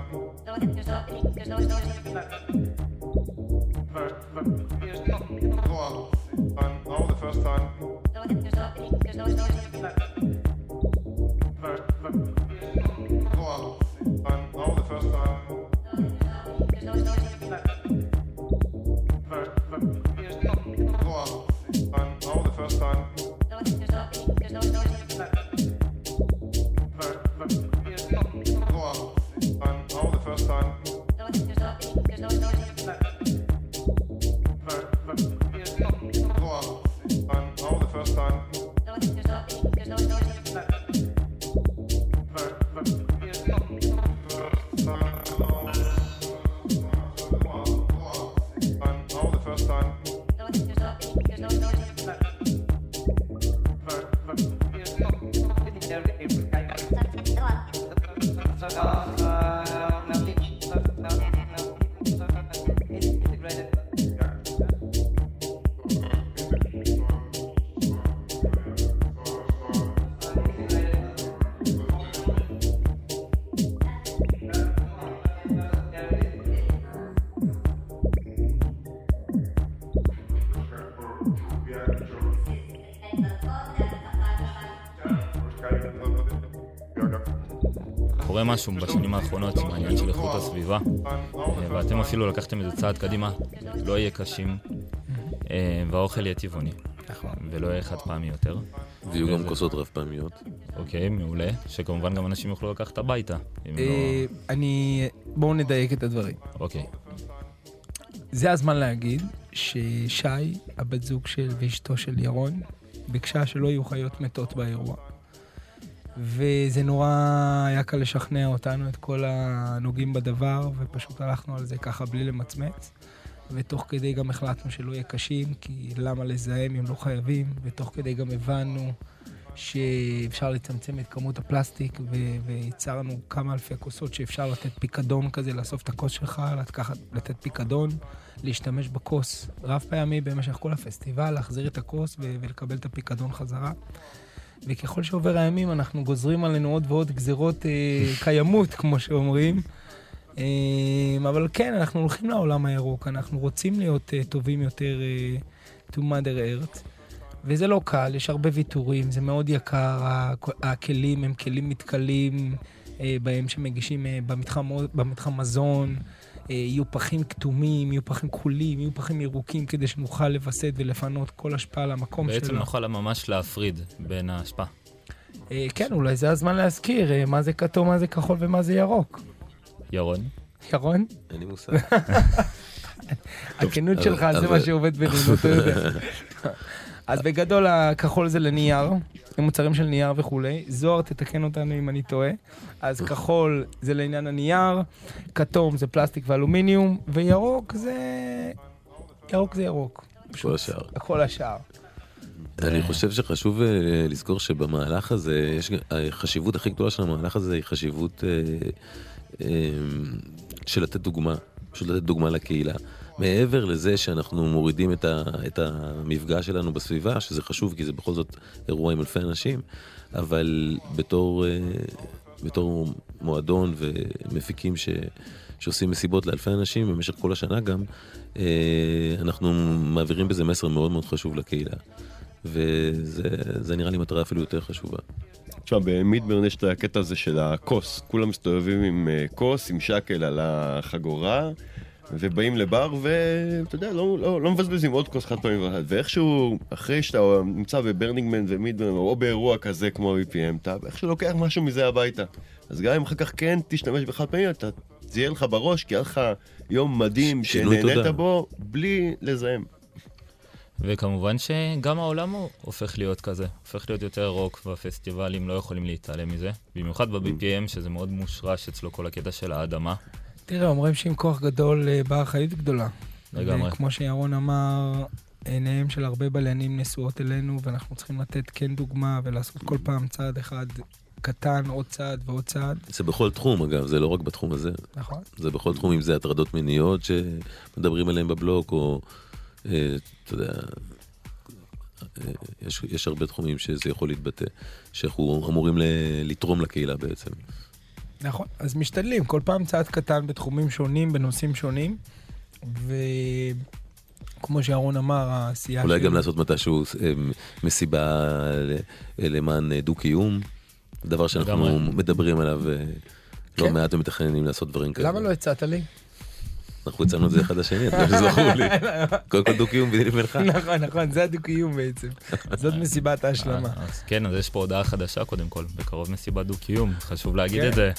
Now the first time. קורה משהו בשנים האחרונות עם העניין של איכות הסביבה, ואתם אפילו לקחתם את זה צעד קדימה, לא יהיה קשים, והאוכל יהיה טבעוני. ולא יהיה חד פעמי יותר. ויהיו גם כוסות רב פעמיות. אוקיי, מעולה. שכמובן גם אנשים יוכלו לקחת הביתה. בואו נדייק את הדברים. אוקיי. זה הזמן להגיד ששי, הבת זוג של ואשתו של ירון, ביקשה שלא יהיו חיות מתות באירוע. וזה נורא היה קל לשכנע אותנו, את כל הנוגעים בדבר, ופשוט הלכנו על זה ככה בלי למצמץ. ותוך כדי גם החלטנו שלא יהיה קשים, כי למה לזהם אם לא חייבים, ותוך כדי גם הבנו שאפשר לצמצם את כמות הפלסטיק, ויצרנו כמה אלפי כוסות שאפשר לתת פיקדון כזה, לאסוף את הכוס שלך, לתת פיקדון, להשתמש בכוס רב פעמי במשך כל הפסטיבל, להחזיר את הכוס ולקבל את הפיקדון חזרה. וככל שעובר הימים אנחנו גוזרים עלינו עוד ועוד גזירות קיימות, כמו שאומרים. אבל כן, אנחנו הולכים לעולם הירוק, אנחנו רוצים להיות טובים יותר to Mother Earth, וזה לא קל, יש הרבה ויתורים, זה מאוד יקר, הכלים הם כלים מתכלים בהם שמגישים במתחם מזון, יהיו פחים כתומים, יהיו פחים כחולים, יהיו פחים ירוקים, כדי שנוכל לבסד ולפנות כל השפעה למקום שלו. בעצם נוכל ממש להפריד בין ההשפעה. כן, אולי זה הזמן להזכיר מה זה כתום, מה זה כחול ומה זה ירוק. ירון? ירון? אין לי מושג. הכנות שלך זה מה שעובד בינינו, אתה יודע. אז בגדול הכחול זה לנייר, מוצרים של נייר וכולי. זוהר תתקן אותנו אם אני טועה. אז כחול זה לעניין הנייר, כתום זה פלסטיק ואלומיניום, וירוק זה... ירוק זה ירוק. כל השאר. כל השאר. אני חושב שחשוב לזכור שבמהלך הזה, החשיבות הכי גדולה של המהלך הזה היא חשיבות של לתת דוגמה, פשוט לתת דוגמה לקהילה. מעבר לזה שאנחנו מורידים את המפגש שלנו בסביבה, שזה חשוב כי זה בכל זאת אירוע עם אלפי אנשים, אבל בתור מועדון ומפיקים שעושים מסיבות לאלפי אנשים במשך כל השנה גם, אנחנו מעבירים בזה מסר מאוד מאוד חשוב לקהילה. וזה נראה לי מטרה אפילו יותר חשובה. עכשיו, במידברן יש את הקטע הזה של הכוס. כולם מסתובבים עם כוס, עם שקל על החגורה, ובאים לבר, ואתה יודע, לא מבזבזים עוד כוס חד פעמים ואחד. ואיכשהו, אחרי שאתה נמצא בברנינגמן ומידברן, או באירוע כזה כמו EPM, אתה איכשהו לוקח משהו מזה הביתה. אז גם אם אחר כך כן תשתמש בחד פעמים, זה יהיה לך בראש, כי היה לך יום מדהים שנהנית בו, בלי לזהם. וכמובן שגם העולם הוא הופך להיות כזה, הופך להיות יותר רוק, והפסטיבלים לא יכולים להתעלם מזה, במיוחד ב-BPM שזה מאוד מושרש אצלו כל הקטע של האדמה. תראה, אומרים שעם כוח גדול באה אחריות גדולה. לגמרי. וכמו שירון אמר, עיניהם של הרבה בליינים נשואות אלינו, ואנחנו צריכים לתת כן דוגמה ולעשות כל פעם צעד אחד קטן, עוד צעד ועוד צעד. זה בכל תחום אגב, זה לא רק בתחום הזה. נכון. זה בכל תחום, אם זה הטרדות מיניות שמדברים עליהם בבלוג, או אתה יודע, יש הרבה תחומים שזה יכול להתבטא, שאנחנו אמורים לתרום לקהילה בעצם. נכון, אז משתדלים, כל פעם צעד קטן בתחומים שונים, בנושאים שונים, וכמו שאהרון אמר, העשייה אולי גם לעשות מתישהו מסיבה למען דו-קיום, דבר שאנחנו מדברים עליו לא מעט ומתכננים לעשות דברים כאלה. למה לא הצעת לי? אנחנו הצענו את זה אחד השני, אתה יודע שזכור לי. קודם כל דו-קיום בדיוק מלך. נכון, זה הדו-קיום בעצם. זאת מסיבת ההשלמה. כן, אז יש פה הודעה חדשה קודם כל, בקרוב מסיבת דו-קיום, חשוב להגיד את זה.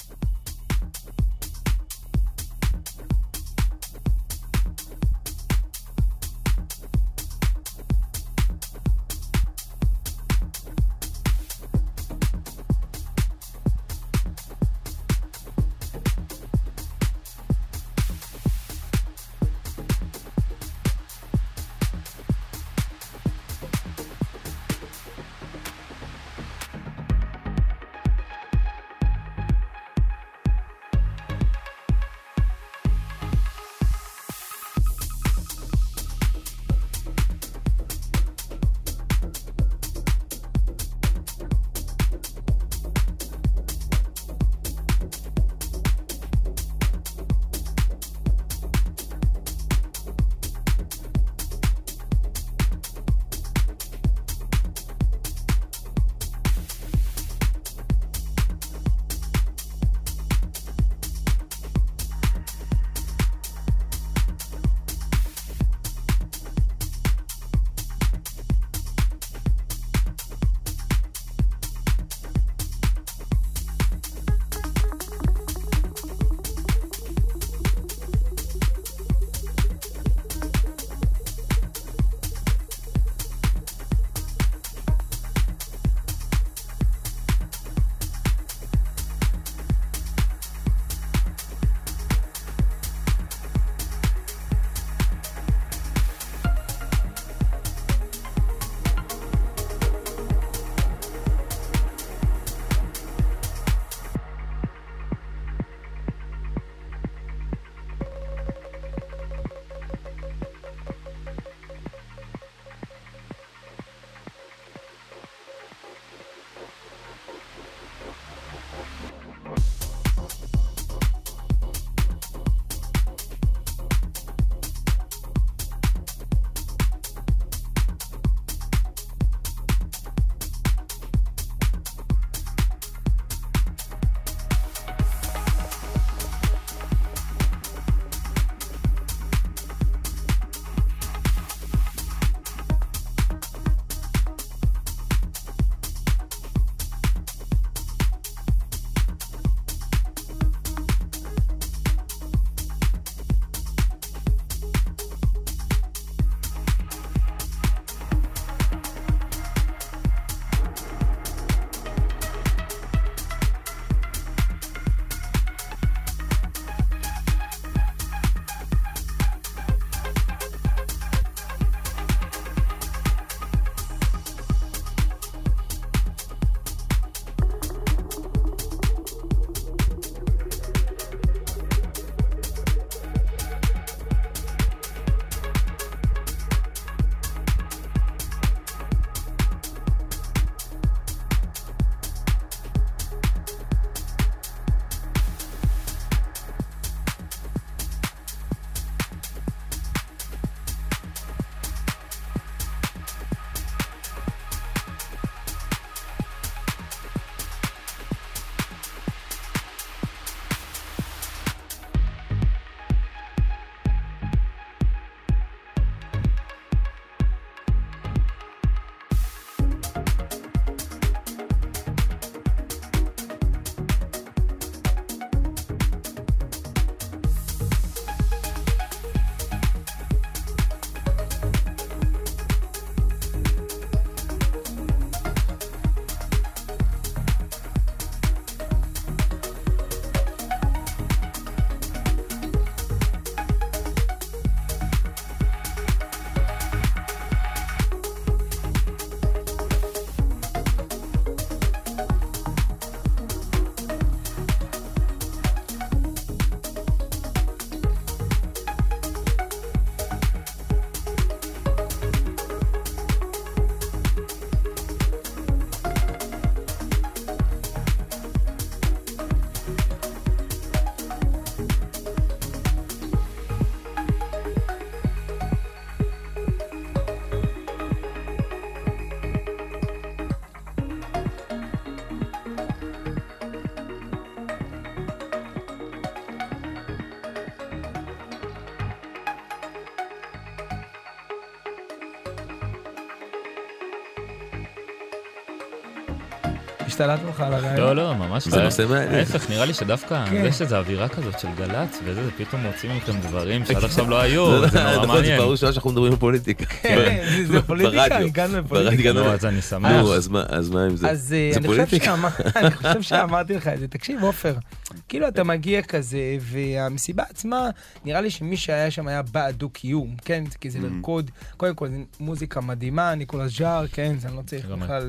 השתלטנו לך על הרעיון. לא, לא, ממש זה נושא מעניין. ההפך, נראה לי שדווקא זה שזה אווירה כזאת של גלץ, וזה פתאום מוצאים מכם דברים שעד עכשיו לא היו, זה נורא מעניין. זה ברור שאנחנו מדברים על פוליטיקה. כן, זה פוליטיקה, הגענו לפוליטיקה. לא, אז אני שמח. נו, אז מה עם זה? אז זה פוליטיקה. אני חושב שאמרתי לך את זה. תקשיב, עופר, כאילו אתה מגיע כזה, והמסיבה עצמה, נראה לי שמי שהיה שם היה בעדו קיום, כן? כי זה לרקוד, קודם כל, זה מוזיקה מדהימה, ניקולס ז'אר, כן? זה אני לא צריך בכלל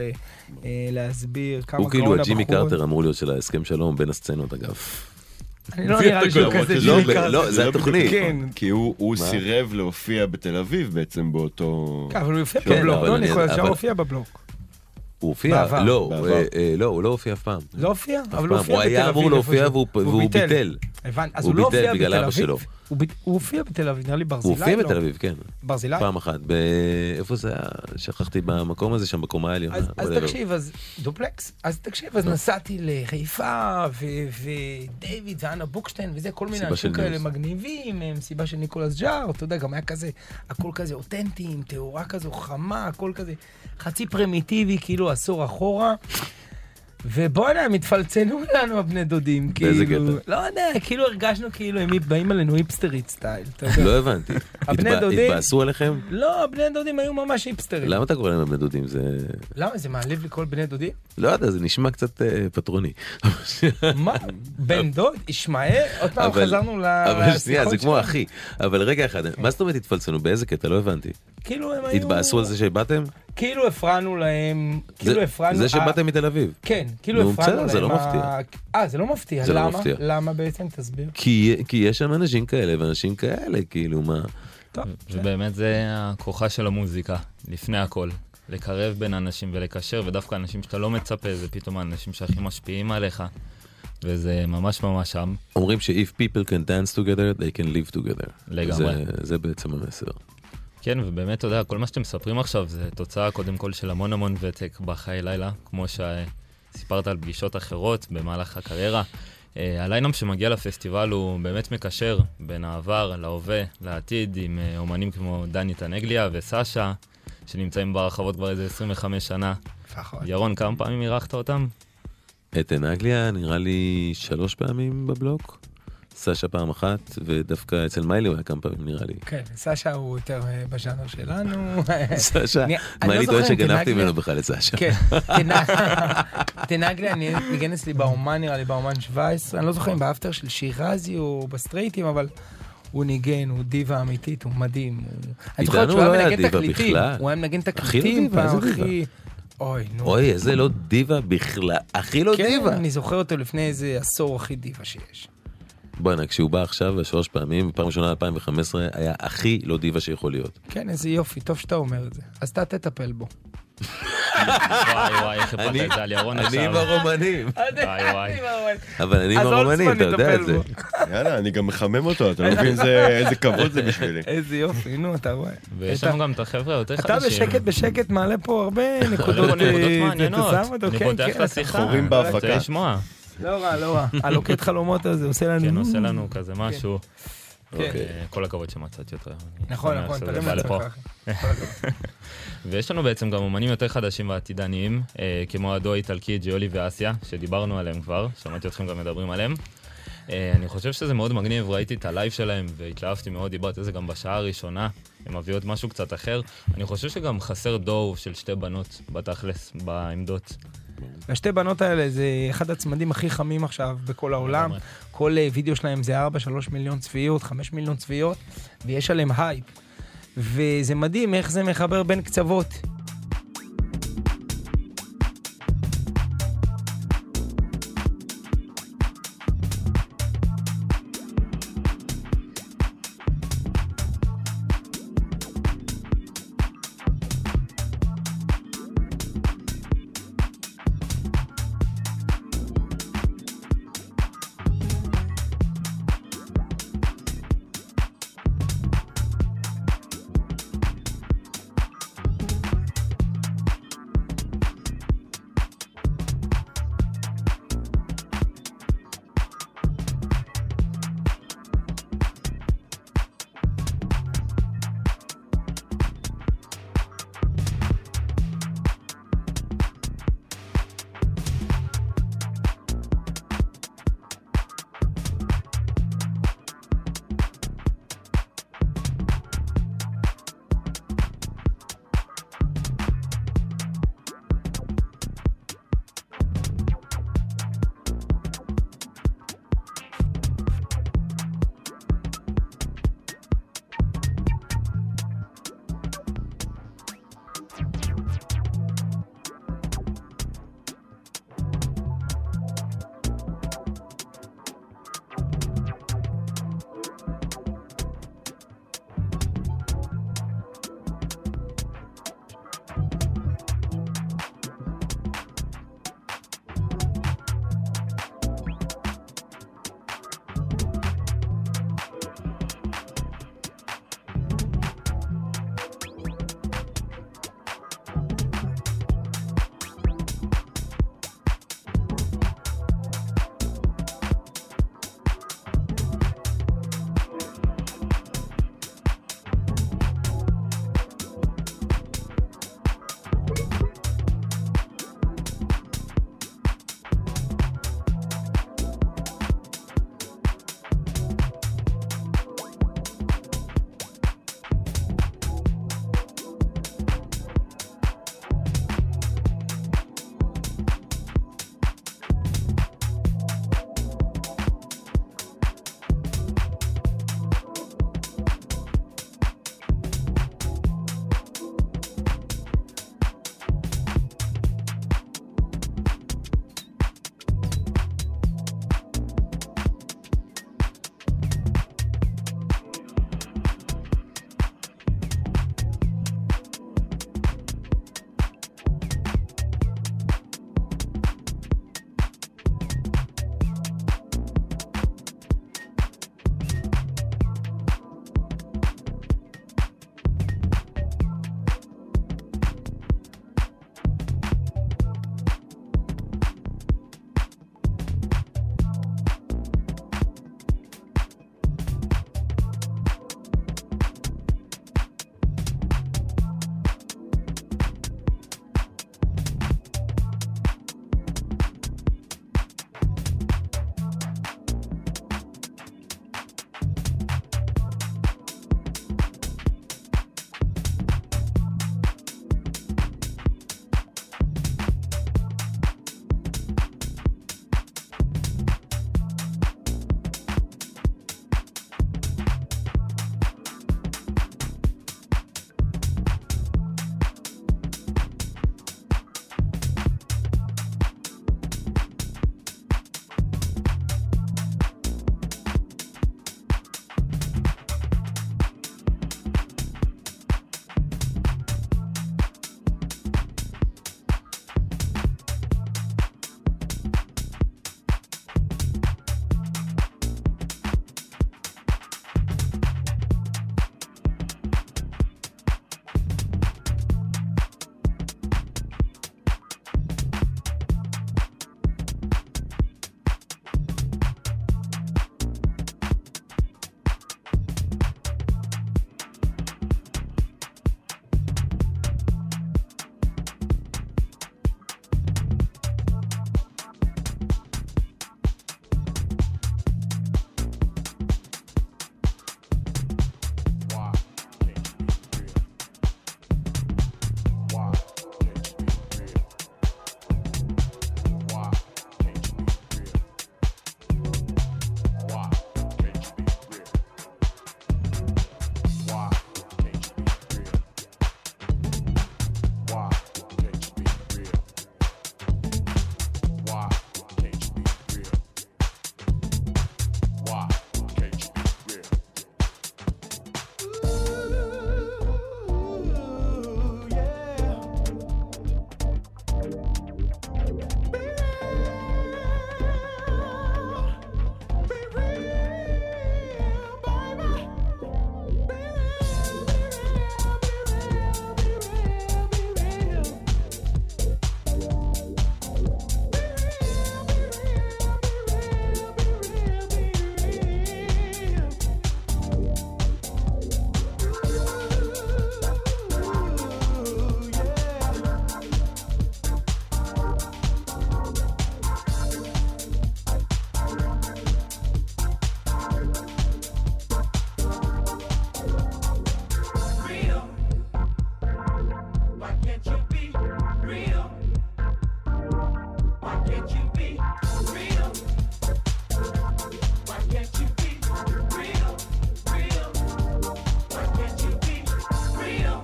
להסביר כמה הוא כאילו הג'ימי קרטר אמור להיות של ההסכם שלום בין הסצנות, אגב. אני לא נראה לי שהוא כזה ג'ימי קרטר. לא, זה התוכנית. כי הוא סירב להופיע בתל אביב בעצם באותו... אבל הוא יופיע בבלוק, לא ניקולס ז'אר הופיע בבלוק. הוא הופיע? לא, הוא לא הופיע אף פעם. לא הופיע? אבל הוא הופיע בתל אביב. הוא היה אמור להופיע והוא ביטל. אז הוא לא הופיע בתל אביב? הוא הופיע בתל אביב, נראה לי ברזילי. הוא הופיע בתל אביב, כן. ברזילי? פעם אחת. איפה זה היה? שכחתי במקום הזה, שם בקומה העליונה. אז תקשיב, אז דופלקס. אז תקשיב, אז נסעתי לחיפה, ודייוויד ואנה בוקשטיין, וזה כל מיני אנשים כאלה מגניבים, מסיבה של ניקולס ז'אר, אתה יודע, גם היה כזה, הכל כזה אותנטי, עם תאורה כזו חמה, הכל כזה חצי פרימיטיבי, כאילו עשור אחורה. ובואנה, הם התפלצנו לנו הבני דודים, כאילו, לא יודע, כאילו הרגשנו כאילו הם באים עלינו היפסטרית סטייל, אתה יודע. לא הבנתי. התבאסו עליכם? לא, הבני דודים היו ממש היפסטרית. למה אתה קורא להם הבני דודים? למה? זה מעליב לכל בני דודים? לא יודע, זה נשמע קצת פטרוני. מה? בן דוד? ישמעאל? עוד פעם חזרנו אבל שנייה, זה כמו אחי. אבל רגע אחד, מה זאת אומרת התפלצנו? באיזה קטע? לא הבנתי. כאילו הם היו... התבאסו על זה שבאתם? כאילו הפרענו להם... זה שבאתם מתל אביב. כן, כאילו הפרענו להם... זה לא מפתיע. זה לא מפתיע. למה? למה בעצם? תסביר. כי יש שם אנשים כאלה ואנשים כאלה, כאילו מה... ובאמת זה הכוחה של המוזיקה, לפני הכל. לקרב בין אנשים ולקשר, ודווקא אנשים שאתה לא מצפה, זה פתאום האנשים שהכי משפיעים עליך. וזה ממש ממש שם. אומרים ש-if people can dance together, they can live together. לגמרי. זה בעצם המסר. כן, ובאמת, אתה יודע, כל מה שאתם מספרים עכשיו זה תוצאה קודם כל של המון המון ותק בחיי לילה, כמו שסיפרת על פגישות אחרות במהלך הקריירה. הליינאפ שמגיע לפסטיבל הוא באמת מקשר בין העבר להווה, לעתיד, עם אומנים כמו דני טנגליה וסשה, שנמצאים ברחבות כבר איזה 25 שנה. ירון, כמה פעמים אירחת אותם? את טנגליה נראה לי 3 פעמים בבלוק. סשה פעם אחת, ודווקא אצל מיילי הוא היה כמה פעמים נראה לי. כן, סשה הוא יותר בז'אנר שלנו. סשה, מיילי טוען שגנבתי ממנו בכלל את סשה. כן, טנגליה ניגן אצלי באומן, נראה לי באומן 17, אני לא זוכר אם באפטר של שירזי או בסטרייטים, אבל הוא ניגן, הוא דיבה אמיתית, הוא מדהים. איתנו הוא לא היה דיבה בכלל. הוא היה מנגן תקליטים פעם, הכי... אוי, איזה לא דיבה בכלל, הכי לא דיבה. כן, אני זוכר אותו לפני איזה עשור הכי דיבה שיש. בוא'נה, כשהוא בא עכשיו 3 פעמים, בפעם ראשונה 2015, היה הכי לא דיבה שיכול להיות. כן, איזה יופי, טוב שאתה אומר את זה. אז אתה תטפל בו. וואי, איך הפעת את זה על ירון עכשיו. אני עם הרומנים. וואי. אבל אני עם הרומנים, אתה יודע את זה. יאללה, אני גם מחמם אותו, אתה לא מבין איזה כבוד זה בשבילי. איזה יופי, נו, אתה רואה. ויש לנו גם את החבר'ה יותר חדשים. אתה בשקט מעלה פה הרבה נקודות מעניינות. אני פותח את השיחה. חורים בהפקה. רוצה לשמוע. לא רע. הלוקט חלומות הזה עושה לנו... כן, עושה לנו כזה משהו. כל הכבוד שמצאתי אותו. נכון, תרם לעצמך. ויש לנו בעצם גם אומנים יותר חדשים ועתידניים, כמו הדו האיטלקי ג'יולי ואסיה, שדיברנו עליהם כבר, שמעתי אתכם גם מדברים עליהם. אני חושב שזה מאוד מגניב, ראיתי את הלייב שלהם והתלהבתי מאוד, דיברתי על זה גם בשעה הראשונה, הם מביאות משהו קצת אחר. אני חושב שגם חסר דו של 2 בנות בתכלס, בעמדות. השתי בנות האלה זה אחד הצמדים הכי חמים עכשיו בכל העולם. כל וידאו שלהם זה 4-3 מיליון צפיות, 5 מיליון צפיות, ויש עליהם הייפ. וזה מדהים איך זה מחבר בין קצוות. can't you be real? Why can't you be real? Real? Why can't you be real?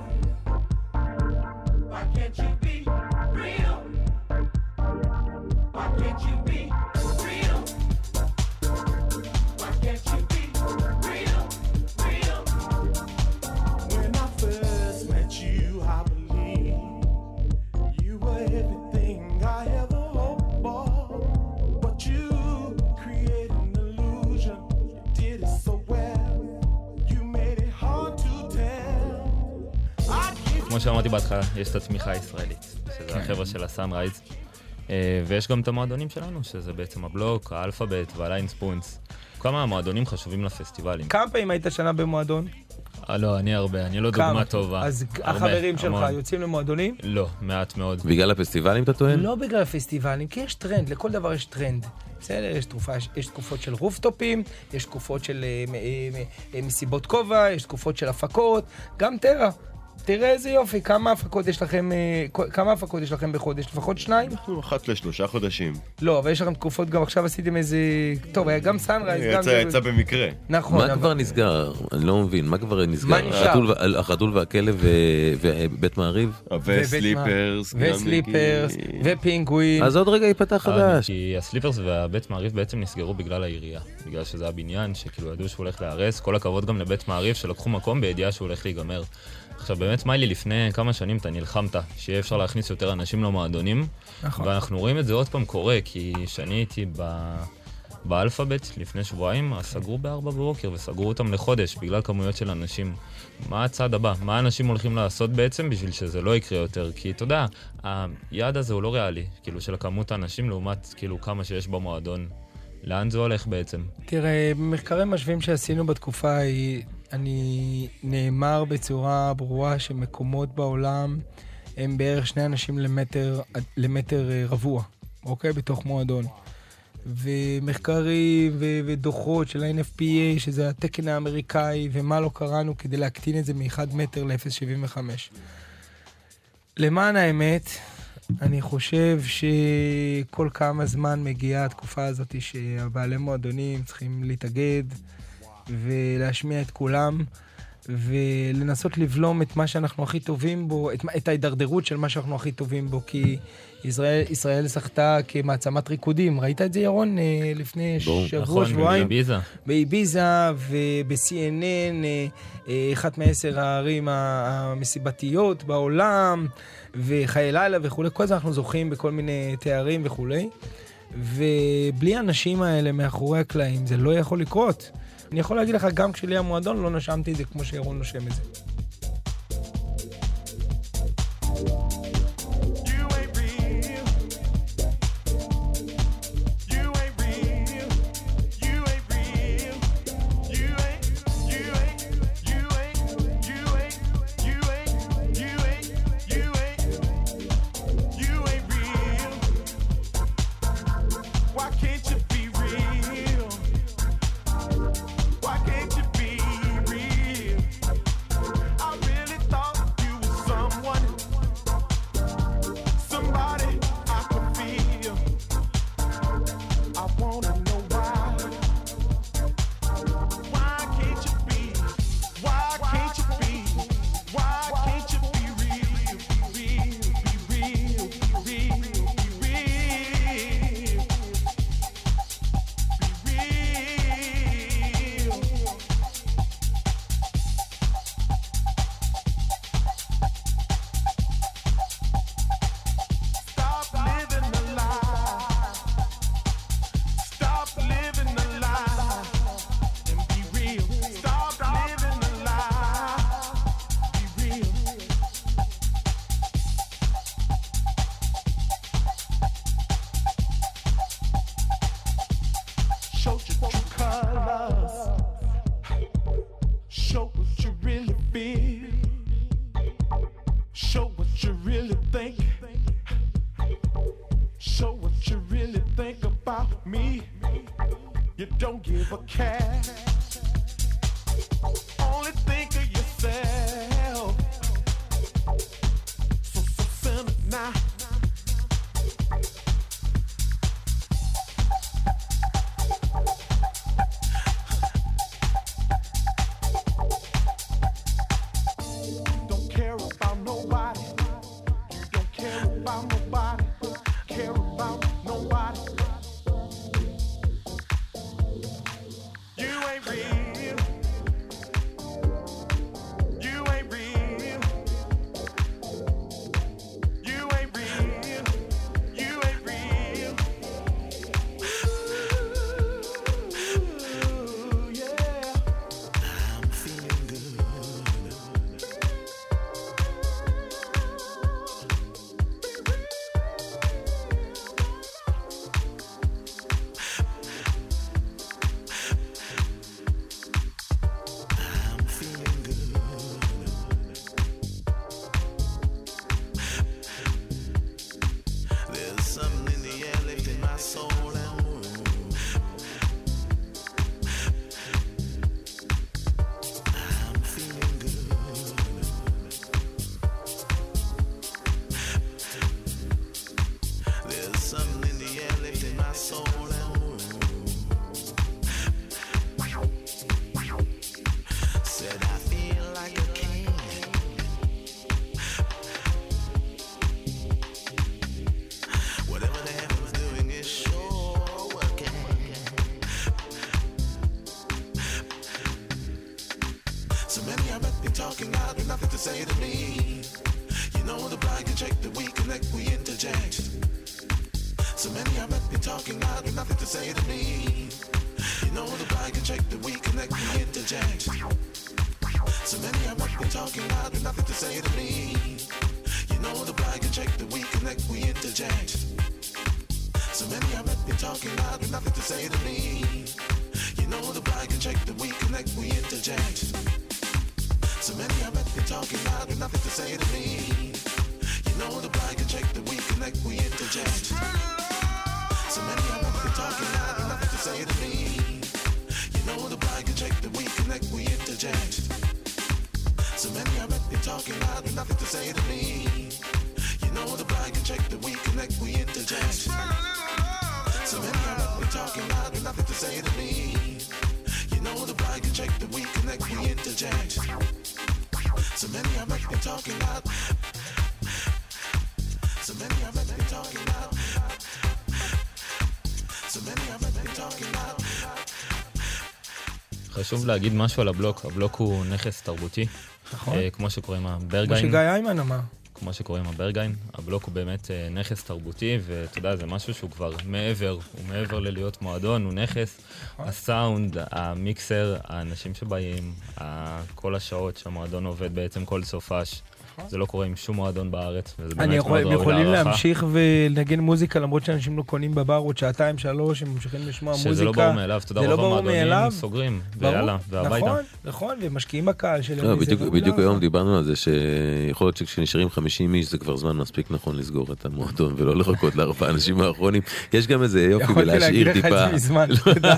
Why can't you be real? Why can't you be real? Why can't you be real? Real? When I first met you, I believe you were everything I ever hoped for. But you created an illusion, did it so well. You made it hard to tell. I give כמו שאמרתי בהתחלה, יש את התמיכה הישראלית, שזה החבר'ה של הסאנרייז, ויש גם את המועדונים שלנו, שזה בעצם הבלוק, האלפאבית והליין ספונס. כמה המועדונים חשובים לפסטיבלים. כמה פעמים היית שנה במועדון? לא, אני הרבה, אני לא דוגמה טובה. אז החברים שלך יוצאים למועדונים? לא, מעט מאוד. בגלל הפסטיבלים אתה טוען? לא בגלל הפסטיבלים, כי יש טרנד, לכל דבר יש טרנד. בסדר, יש תקופות של רופטופים, יש תקופות של מסיבות כובע, יש תקופות של הפקות, גם טרה. תראה איזה יופי, כמה הפקות יש לכם בחודש? לפחות 2? אנחנו אחת ל3 חודשים. לא, אבל יש לכם תקופות, גם עכשיו עשיתם איזה... טוב, היה גם סאנרייז, גם... יצא במקרה. נכון. מה כבר נסגר? אני לא מבין, מה כבר נסגר? מה נשאר? החתול והכלב ובית מעריב? וסליפרס. וסליפרס, ופינגווין. אז עוד רגע ייפתח חדש. כי הסליפרס והבית מעריב בעצם נסגרו בגלל העירייה. בגלל שזה הבניין שכאילו ידעו שהוא הולך להרס. כל הכבוד גם לבית מעריב שלקחו מקום בידיעה שהוא הולך להיגמר. עכשיו באמת מיילי, לפני כמה שנים אתה נלחמת שיהיה אפשר להכניס יותר אנשים למועדונים, נכון. ואנחנו רואים את זה עוד פעם קורה, כי שאני הייתי באלפאבית לפני שבועיים, אז סגרו ב4 בבוקר וסגרו אותם לחודש בגלל כמויות של אנשים. מה הצעד הבא? מה האנשים הולכים לעשות בעצם בשביל שזה לא יקרה יותר? כי אתה יודע, היעד הזה הוא לא ריאלי, כאילו של כמות האנשים לעומת כאילו כמה שיש במועדון. לאן זה הולך בעצם? תראה, במחקרים משווים שעשינו בתקופה ההיא, אני נאמר בצורה ברורה שמקומות בעולם הם בערך 2 אנשים למטר רבוע, אוקיי? בתוך מועדון. ומחקרים ודוחות של ה-NFPA, שזה התקן האמריקאי, ומה לא קראנו כדי להקטין את זה מ1 מטר ל-0.75. למען האמת, אני חושב שכל כמה זמן מגיעה התקופה הזאת שהבעלי מועדונים צריכים להתאגד ולהשמיע את כולם ולנסות לבלום את מה שאנחנו הכי טובים בו, את ההידרדרות של מה שאנחנו הכי טובים בו, כי ישראל שחתה כמעצמת ריקודים. ראית את זה, ירון, לפני שבוע, שבועיים? באיביזה וב-CNN, אחת מ10 הערים המסיבתיות בעולם, וחיי לילה וכו'. כל זה אנחנו זוכים בכל מיני תארים וכו'. ובלי האנשים האלה מאחורי הקלעים זה לא יכול לקרות. אני יכול להגיד לך, גם כשלי המועדון לא נשמתי את זה כמו שירון נושם את זה. lifting my soul and womb. I'm feeling good. There's something in the air lifting my soul and womb. Said I feel like a king. Whatever the heaven's doing is sure working. So many I met been talking loud with nothing to say to me. You know the blind can check that we connect, we interject. So many I met been talking loud with nothing to say to me. You know the blind can check that we connect, we interject. So many I met been talking loud with nothing to say to me. You know the blind can check that we connect, we interject. So many I met been talking loud with nothing to say to me. You know the blind can check that we connect, we interject. So many I met been talking loud with nothing to say to me. You know the blind can check that we connect, we interject. So many I met been talking loud with nothing to say to me. You know the blind can check that we connect, we interject. So many I met been talking loud with nothing to say to me. You know the blind can check that we connect, we interject. So many I met been talking loud with nothing to say to me. You know the blind can check that we connect, we interject. So many I met been talking loud. So many I met been talking loud. So many I met been talking loud. חשוב להגיד משהו על הבלוק. הבלוק הוא נכס תרבותי. נכון. כמו שקוראים כמו הברגיין. שגיא איימן אמר. כמו שקוראים הברגיין. הבלוק הוא באמת נכס תרבותי, ואתה יודע, זה משהו שהוא כבר מעבר. הוא מעבר ללהיות מועדון, הוא נכס. הסאונד, המיקסר, האנשים שבאים, כל השעות שהמועדון עובד בעצם כל סופש. זה לא קורה עם שום מועדון בארץ, וזה באמת מאוד ראוי להערכה. הם יכולים להמשיך ולנגן מוזיקה, למרות שאנשים לא קונים בבר עוד שעתיים, שלוש, הם ממשיכים לשמוע מוזיקה. שזה לא ברור מאליו, אתה יודע, רוב המועדונים סוגרים, ויאללה, והביתה. נכון, נכון, ומשקיעים בקהל שלהם. לא, בדיוק היום דיברנו על זה, שיכול להיות שכשנשארים 50 איש, זה כבר זמן מספיק נכון לסגור את המועדון, ולא לחכות לארבעה אנשים האחרונים. יש גם איזה יופי ולהשאיר טיפה. יכולתי להגיד לך את זה מזמן.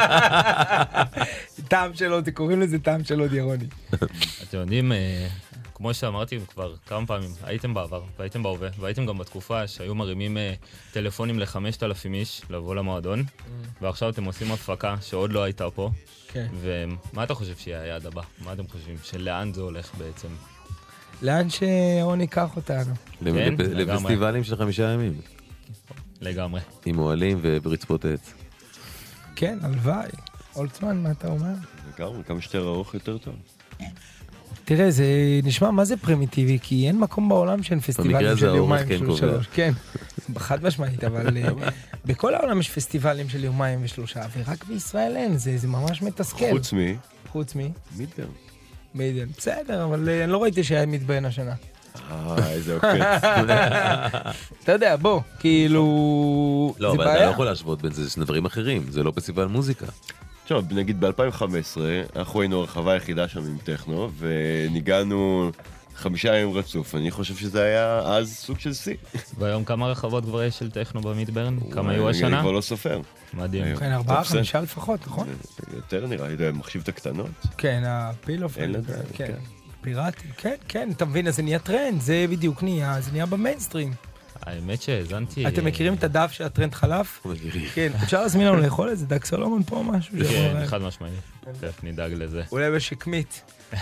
טעם שלו, קוראים לזה טעם שלו דירוני. אתם יודעים, כמו שאמרתי כבר כמה פעמים, הייתם בעבר והייתם בהווה, והייתם גם בתקופה שהיו מרימים טלפונים ל5,000 איש לבוא למועדון, ועכשיו אתם עושים הפקה שעוד לא הייתה פה. ומה אתה חושב שיהיה היעד הבא? מה אתם חושבים? שלאן זה הולך בעצם? לאן שרוני ייקח אותנו. לפסטיבלים של 5 ימים. לגמרי. עם אוהלים וברצפות עץ. כן, הלוואי. אולצמן, מה אתה אומר? לגמרי, כמה שיותר ארוך יותר טוב. תראה, זה נשמע מה זה פרימיטיבי, כי אין מקום בעולם שאין פסטיבלים של יומיים ושלושה. כן, חד משמעית, אבל בכל העולם יש פסטיבלים של יומיים ושלושה, ורק בישראל אין, זה ממש מתסכל. חוץ מי? מידן. בסדר, אבל אני לא ראיתי שהיה מתבן השנה. איזה עוקץ. אתה יודע, בוא, כאילו... לא, אבל אתה לא יכול להשוות בין זה, שני דברים אחרים, זה לא פסטיבל מוזיקה. עכשיו, נגיד ב-2015, אנחנו היינו הרחבה היחידה שם עם טכנו, וניגענו 5 ימים רצוף. אני חושב שזה היה אז סוג של שיא. והיום כמה רחבות כבר יש של טכנו במידברן? כמה היו השנה? אני כבר לא סופר. מדהים. כן, 4-5 לפחות, נכון? יותר נראה לי, מחשיב את הקטנות. כן, הפילוף. אין לדעת, כן. פיראטי, כן, כן, אתה מבין, אז זה נהיה טרנד, זה בדיוק נהיה, זה נהיה במיינסטרים. האמת שהזנתי... אתם מכירים את הדף שהטרנד חלף? כן, אפשר להזמין לנו לאכול את זה, דג סולומון פה משהו? כן, חד משמעי. תכף נדאג לזה. אולי בשקמית.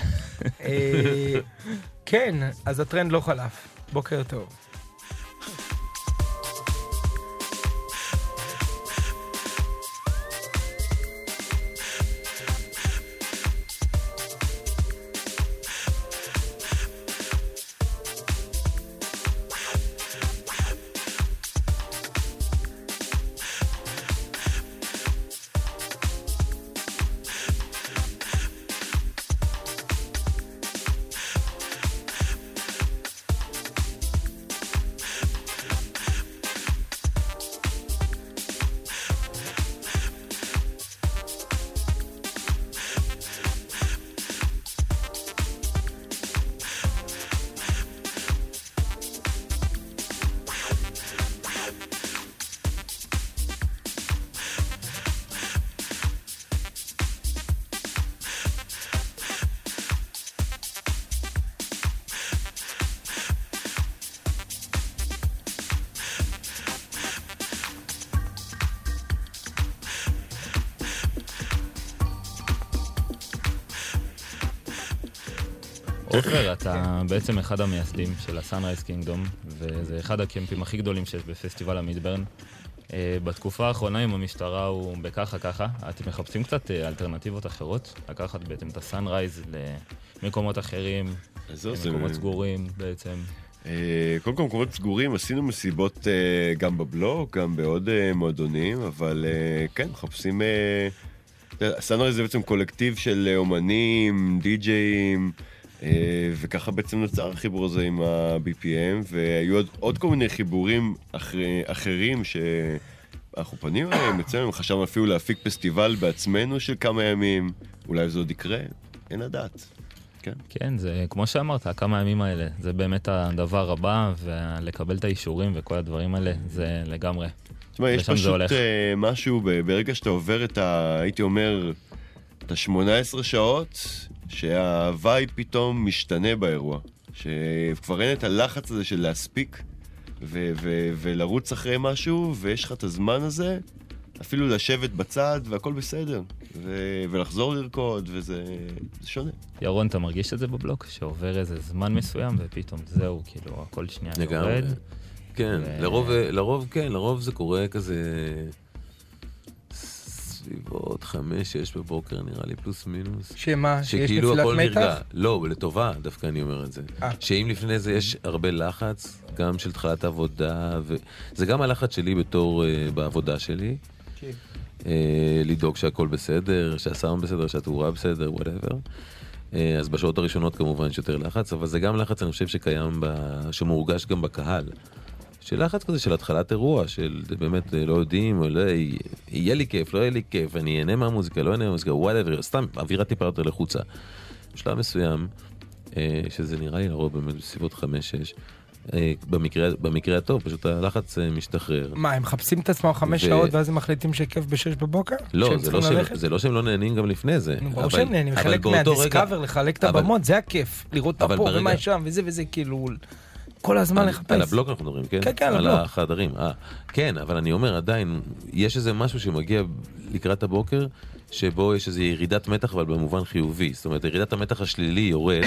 כן, אז הטרנד לא חלף. בוקר טוב. עופר, אתה בעצם אחד המייסדים של ה-Sunrise Kingdom, וזה אחד הקמפים הכי גדולים שיש בפסטיבל המדברן. בתקופה האחרונה עם המשטרה הוא בככה ככה, אתם מחפשים קצת אלטרנטיבות אחרות? לקחת בעצם את ה-Sunrise למקומות אחרים, למקומות סגורים בעצם. קודם כל, מקומות סגורים, עשינו מסיבות גם בבלוג, גם בעוד מועדונים, אבל כן, מחפשים... ה-Sunrise זה בעצם קולקטיב של אומנים, די-ג'יים, וככה בעצם נוצר החיבור הזה עם ה-BPM, והיו עוד כל מיני חיבורים אחרים שאנחנו פנינו עליהם, אצלנו חשבנו אפילו להפיק פסטיבל בעצמנו של כמה ימים, אולי זה עוד יקרה, אין לדעת. כן. כן, זה כמו שאמרת, כמה ימים האלה, זה באמת הדבר הבא, ולקבל את האישורים וכל הדברים האלה, זה לגמרי. תשמע, יש פשוט משהו, ברגע שאתה עובר הייתי אומר, את ה-18 שעות, שהוואי פתאום משתנה באירוע. שכבר אין את הלחץ הזה של להספיק, ולרוץ אחרי משהו, ויש לך את הזמן הזה, אפילו לשבת בצד, והכל בסדר. ולחזור לרקוד, וזה שונה. ירון, אתה מרגיש את זה בבלוק? שעובר איזה זמן מסוים, ופתאום זהו, כאילו, הכל שנייה יורד? כן, לרוב כן, לרוב זה קורה כזה סביבות 5-6 בבוקר, נראה לי פלוס מינוס. שמה? שיש שכאילו נפילת הכל מתח? נרגע. לא, לטובה, דווקא אני אומר את זה. שאם לפני זה יש הרבה לחץ, גם של תחילת העבודה, וזה גם הלחץ שלי בתור בעבודה שלי. לדאוג שהכל בסדר, שהסאונד בסדר, שהתאורה בסדר, whatever. אז בשעות הראשונות כמובן יש יותר לחץ, אבל זה גם לחץ, אני חושב שקיים, שמורגש גם בקהל. של לחץ כזה של התחלת אירוע, של באמת לא יודעים, או לא, יהיה לי כיף, לא יהיה לי כיף, אני אהנה מהמוזיקה, לא אהנה מהמוזיקה, whatever, סתם אווירה טיפה יותר לחוצה. בשלב מסוים, שזה נראה לי לרוב באמת בסביבות 5-6, במקרה הטוב, פשוט הלחץ משתחרר. מה, הם מחפשים את עצמם 5 שעות ואז הם מחליטים שכיף ב6 בבוקר? לא, זה לא שהם לא נהנים גם לפני זה. ברור שהם נהנים, חלק מהדיסקאבר, לחלק את הבמות, זה הכיף. לראות את פה ומה שם וזה וזה, כאילו, כל הזמן לחפש. על הבלוק אנחנו מדברים, כן? כן, על הבלוק. על החדרים, כן, אבל אני אומר, עדיין, יש איזה משהו שמגיע לקראת הבוקר, שבו יש איזו ירידת מתח, אבל במובן חיובי. זאת אומרת, ירידת המתח השלילי יורד,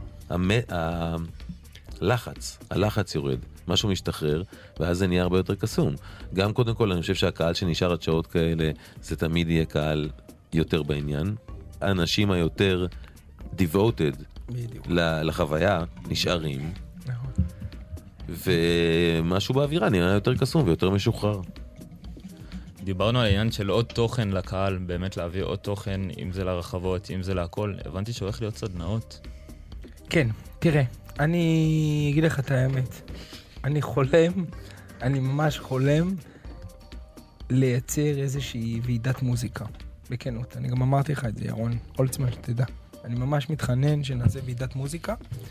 הלחץ יורד, משהו משתחרר, ואז זה נהיה הרבה יותר קסום. גם קודם כל, אני חושב שהקהל שנשאר עד שעות כאלה, זה תמיד יהיה קהל יותר בעניין. האנשים היותר devoted לחוויה נשארים, ומשהו באווירה נהיה יותר קסום ויותר משוחרר. דיברנו על העניין של עוד תוכן לקהל, באמת להביא עוד תוכן, אם זה לרחבות, אם זה להכל. הבנתי שהולך להיות סדנאות. כן, תראה. אני אגיד לך את האמת, אני ממש חולם לייצר איזושהי ועידת מוזיקה, בכנות. אני גם אמרתי לך את זה, ירון הולצמן, שתדע. אני ממש מתחנן שנעשה ועידת מוזיקה,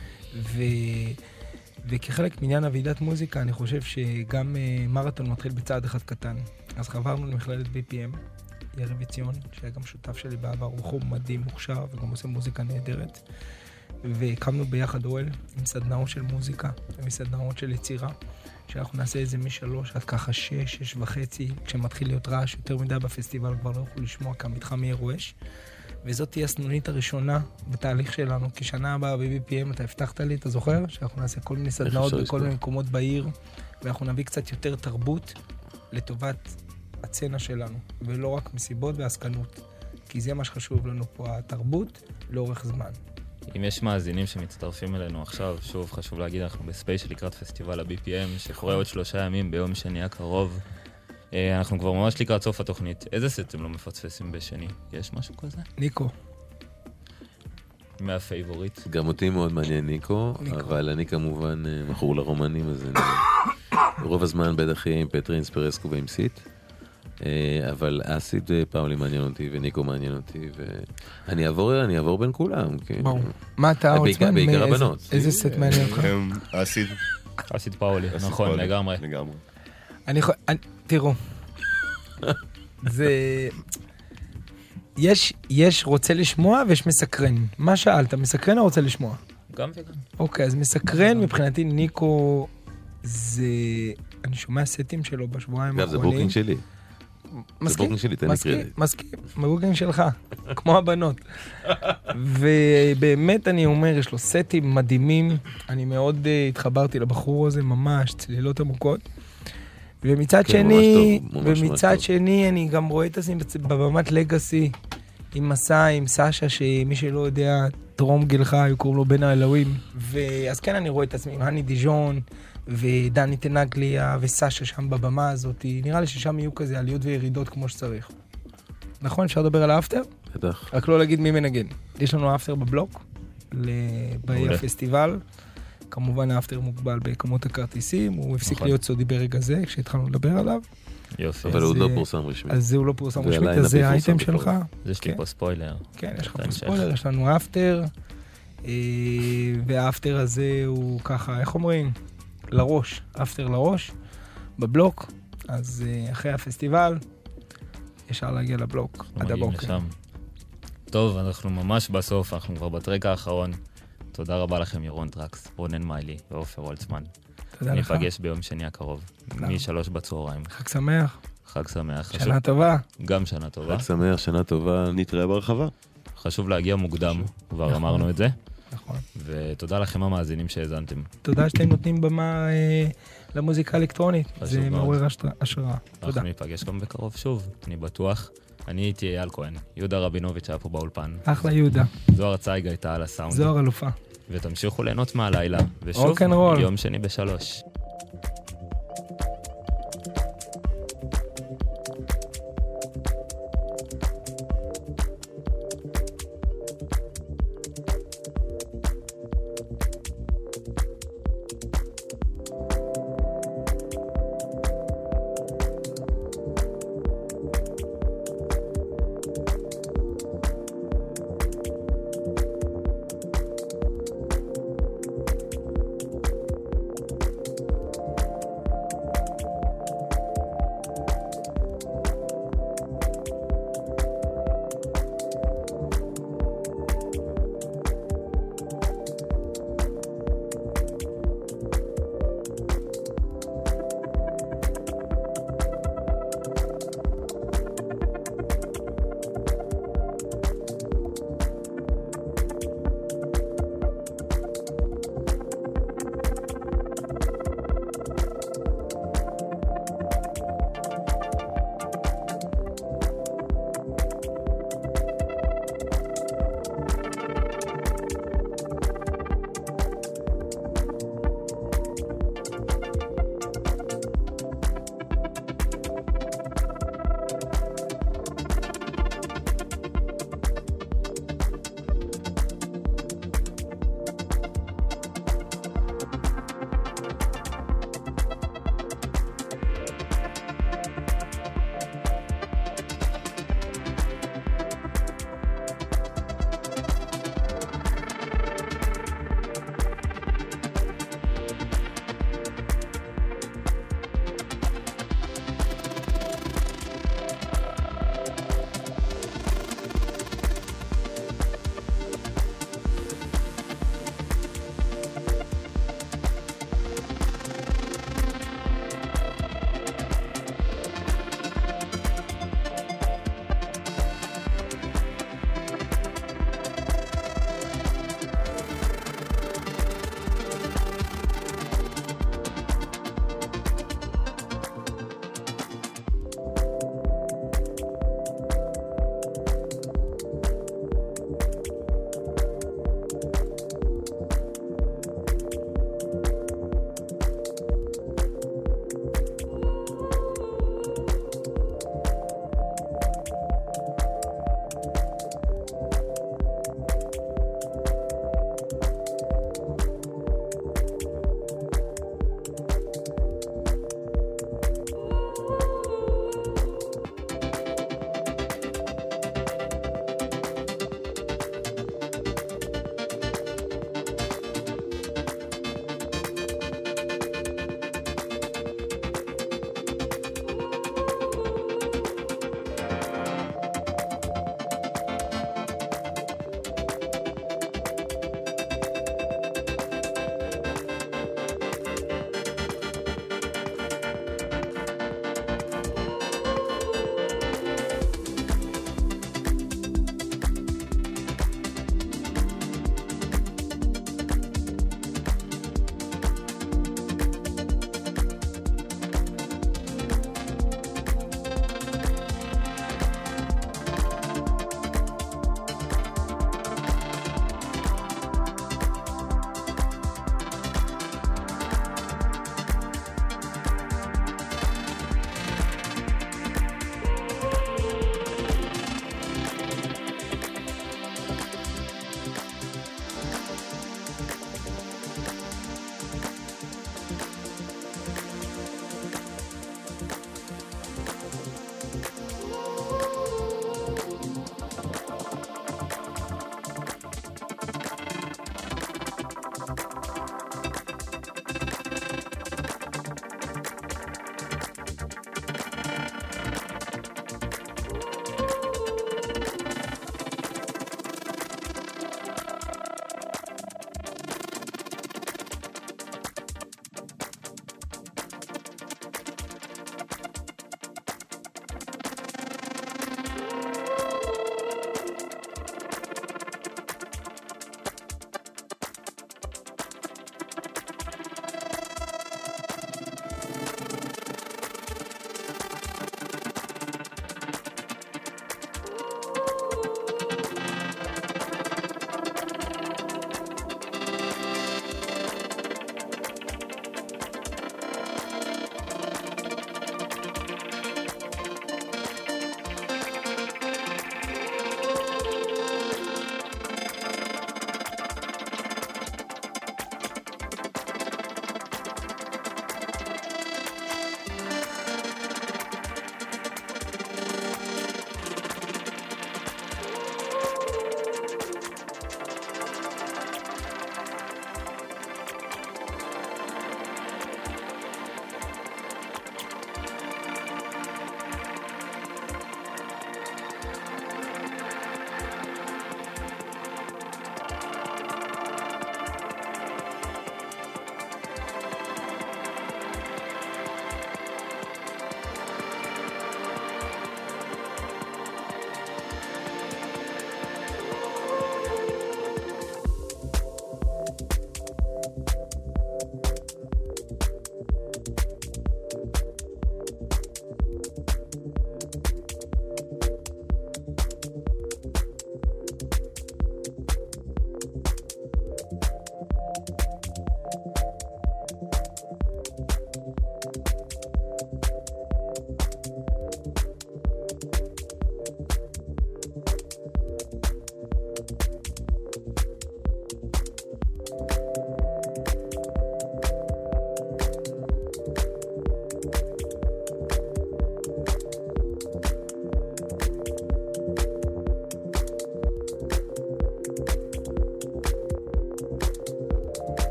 וכחלק מעניין הוועידת מוזיקה, אני חושב שגם מרתון מתחיל בצעד אחד קטן. אז חברנו למכללת BPM, יריב עציון, שהיה גם שותף שלי בעבר, הוא חום מדהים, מוכשר, וגם עושה מוזיקה נהדרת. והקמנו ביחד אוהל עם סדנאות של מוזיקה ומסדנאות של יצירה, שאנחנו נעשה איזה מ3 עד ככה 6:30, כשמתחיל להיות רעש יותר מדי בפסטיבל כבר לא יכולו לשמוע, כי המתחם יהיה רועש. וזאת תהיה הסנונית הראשונה בתהליך שלנו. כשנה הבאה ב-BPM אתה הבטחת לי, אתה זוכר? שאנחנו נעשה כל מיני סדנאות בכל מיני מקומות בעיר, ואנחנו נביא קצת יותר תרבות לטובת הצנה שלנו, ולא רק מסיבות והסקנות, כי זה מה שחשוב לנו פה, התרבות לאורך זמן. אם יש מאזינים שמצטרפים אלינו עכשיו, שוב חשוב להגיד, אנחנו בספיישל לקראת פסטיבל ה-BPM, שקורה עוד 3 ימים ביום שני הקרוב. אנחנו כבר ממש לקראת סוף התוכנית. איזה סט אתם לא מפספסים בשני? יש משהו כזה? ניקו. מהפייבוריט. גם אותי מאוד מעניין ניקו, אבל אני כמובן מכור לרומנים, אז אני רוב הזמן בטח יהיה עם פטרי אינספרסקו ועם סיט. אבל אסיד פאולי מעניין אותי וניקו מעניין אותי ואני אעבור בין כולם. מה אתה הולצמן? בעיקר הבנות. איזה סט מעניין אותך? אסיד פאולי, נכון, לגמרי. תראו, זה יש רוצה לשמוע ויש מסקרן. מה שאלת, מסקרן או רוצה לשמוע? גם וגם. אוקיי, אז מסקרן מבחינתי ניקו זה, אני שומע סטים שלו בשבועיים האחרונים. זה בוקינג שלי. זה בוקינג שלי, תן לי קרדיט. מסכים, בוקינג שלך, כמו הבנות. ובאמת אני אומר, יש לו סטים מדהימים, אני מאוד התחברתי לבחור הזה, ממש, צלילות עמוקות. ומצד שני, אני גם רואה את עצמי בבמת לגאסי, עם מסע, עם סשה, שמי שלא יודע, טרום גילך, היו קוראים לו בן האלוהים. ואז כן, אני רואה את עצמי עם הני דיז'ון, ודני תנגליה, וסשה שם בבמה הזאת. נראה לי ששם יהיו כזה עליות וירידות כמו שצריך. נכון? אפשר לדבר על האפטר? בטח. רק לא להגיד מי מנגן. יש לנו האפטר בבלוק, באי הפסטיבל. כמובן האפטר מוגבל בכמות הכרטיסים, הוא הפסיק להיות סודי ברגע זה, כשהתחלנו לדבר עליו. יופי. אבל הוא לא פורסם רשמית. אז זה הוא לא פורסם רשמית, אז זה האייטם שלך. יש לי פה ספוילר. כן, יש לך פה ספוילר, יש לנו האפטר, והאפטר הזה הוא ככה, איך אומרים? לראש, אפטר לראש, בבלוק, אז אחרי הפסטיבל, ישר להגיע לבלוק, עד הבוקר. טוב, אנחנו ממש בסוף, אנחנו כבר בטרק האחרון. תודה רבה לכם, ירון טרקס, רונן מיילי ועופר וולצמן. תודה לך. ניפגש ביום שני הקרוב, מ-3 בצהריים. חג שמח. חג שמח. שנה טובה. גם שנה טובה. חג שמח, שנה טובה. נתראה ברחבה. חשוב להגיע מוקדם, כבר אמרנו את זה. נכון. ותודה לכם המאזינים שהאזנתם. תודה שאתם נותנים במה למוזיקה אלקטרונית. זה מעורר השראה. תודה. אנחנו ניפגש גם בקרוב שוב, אני בטוח. אני הייתי אייל כהן, יהודה רבינוביץ' היה פה באולפן. אחלה יהודה. זוהר צייגה הייתה על הסאונד. זוהר אלופה. ותמשיכו ליהנות מהלילה. ושוב, יום שני ב-3.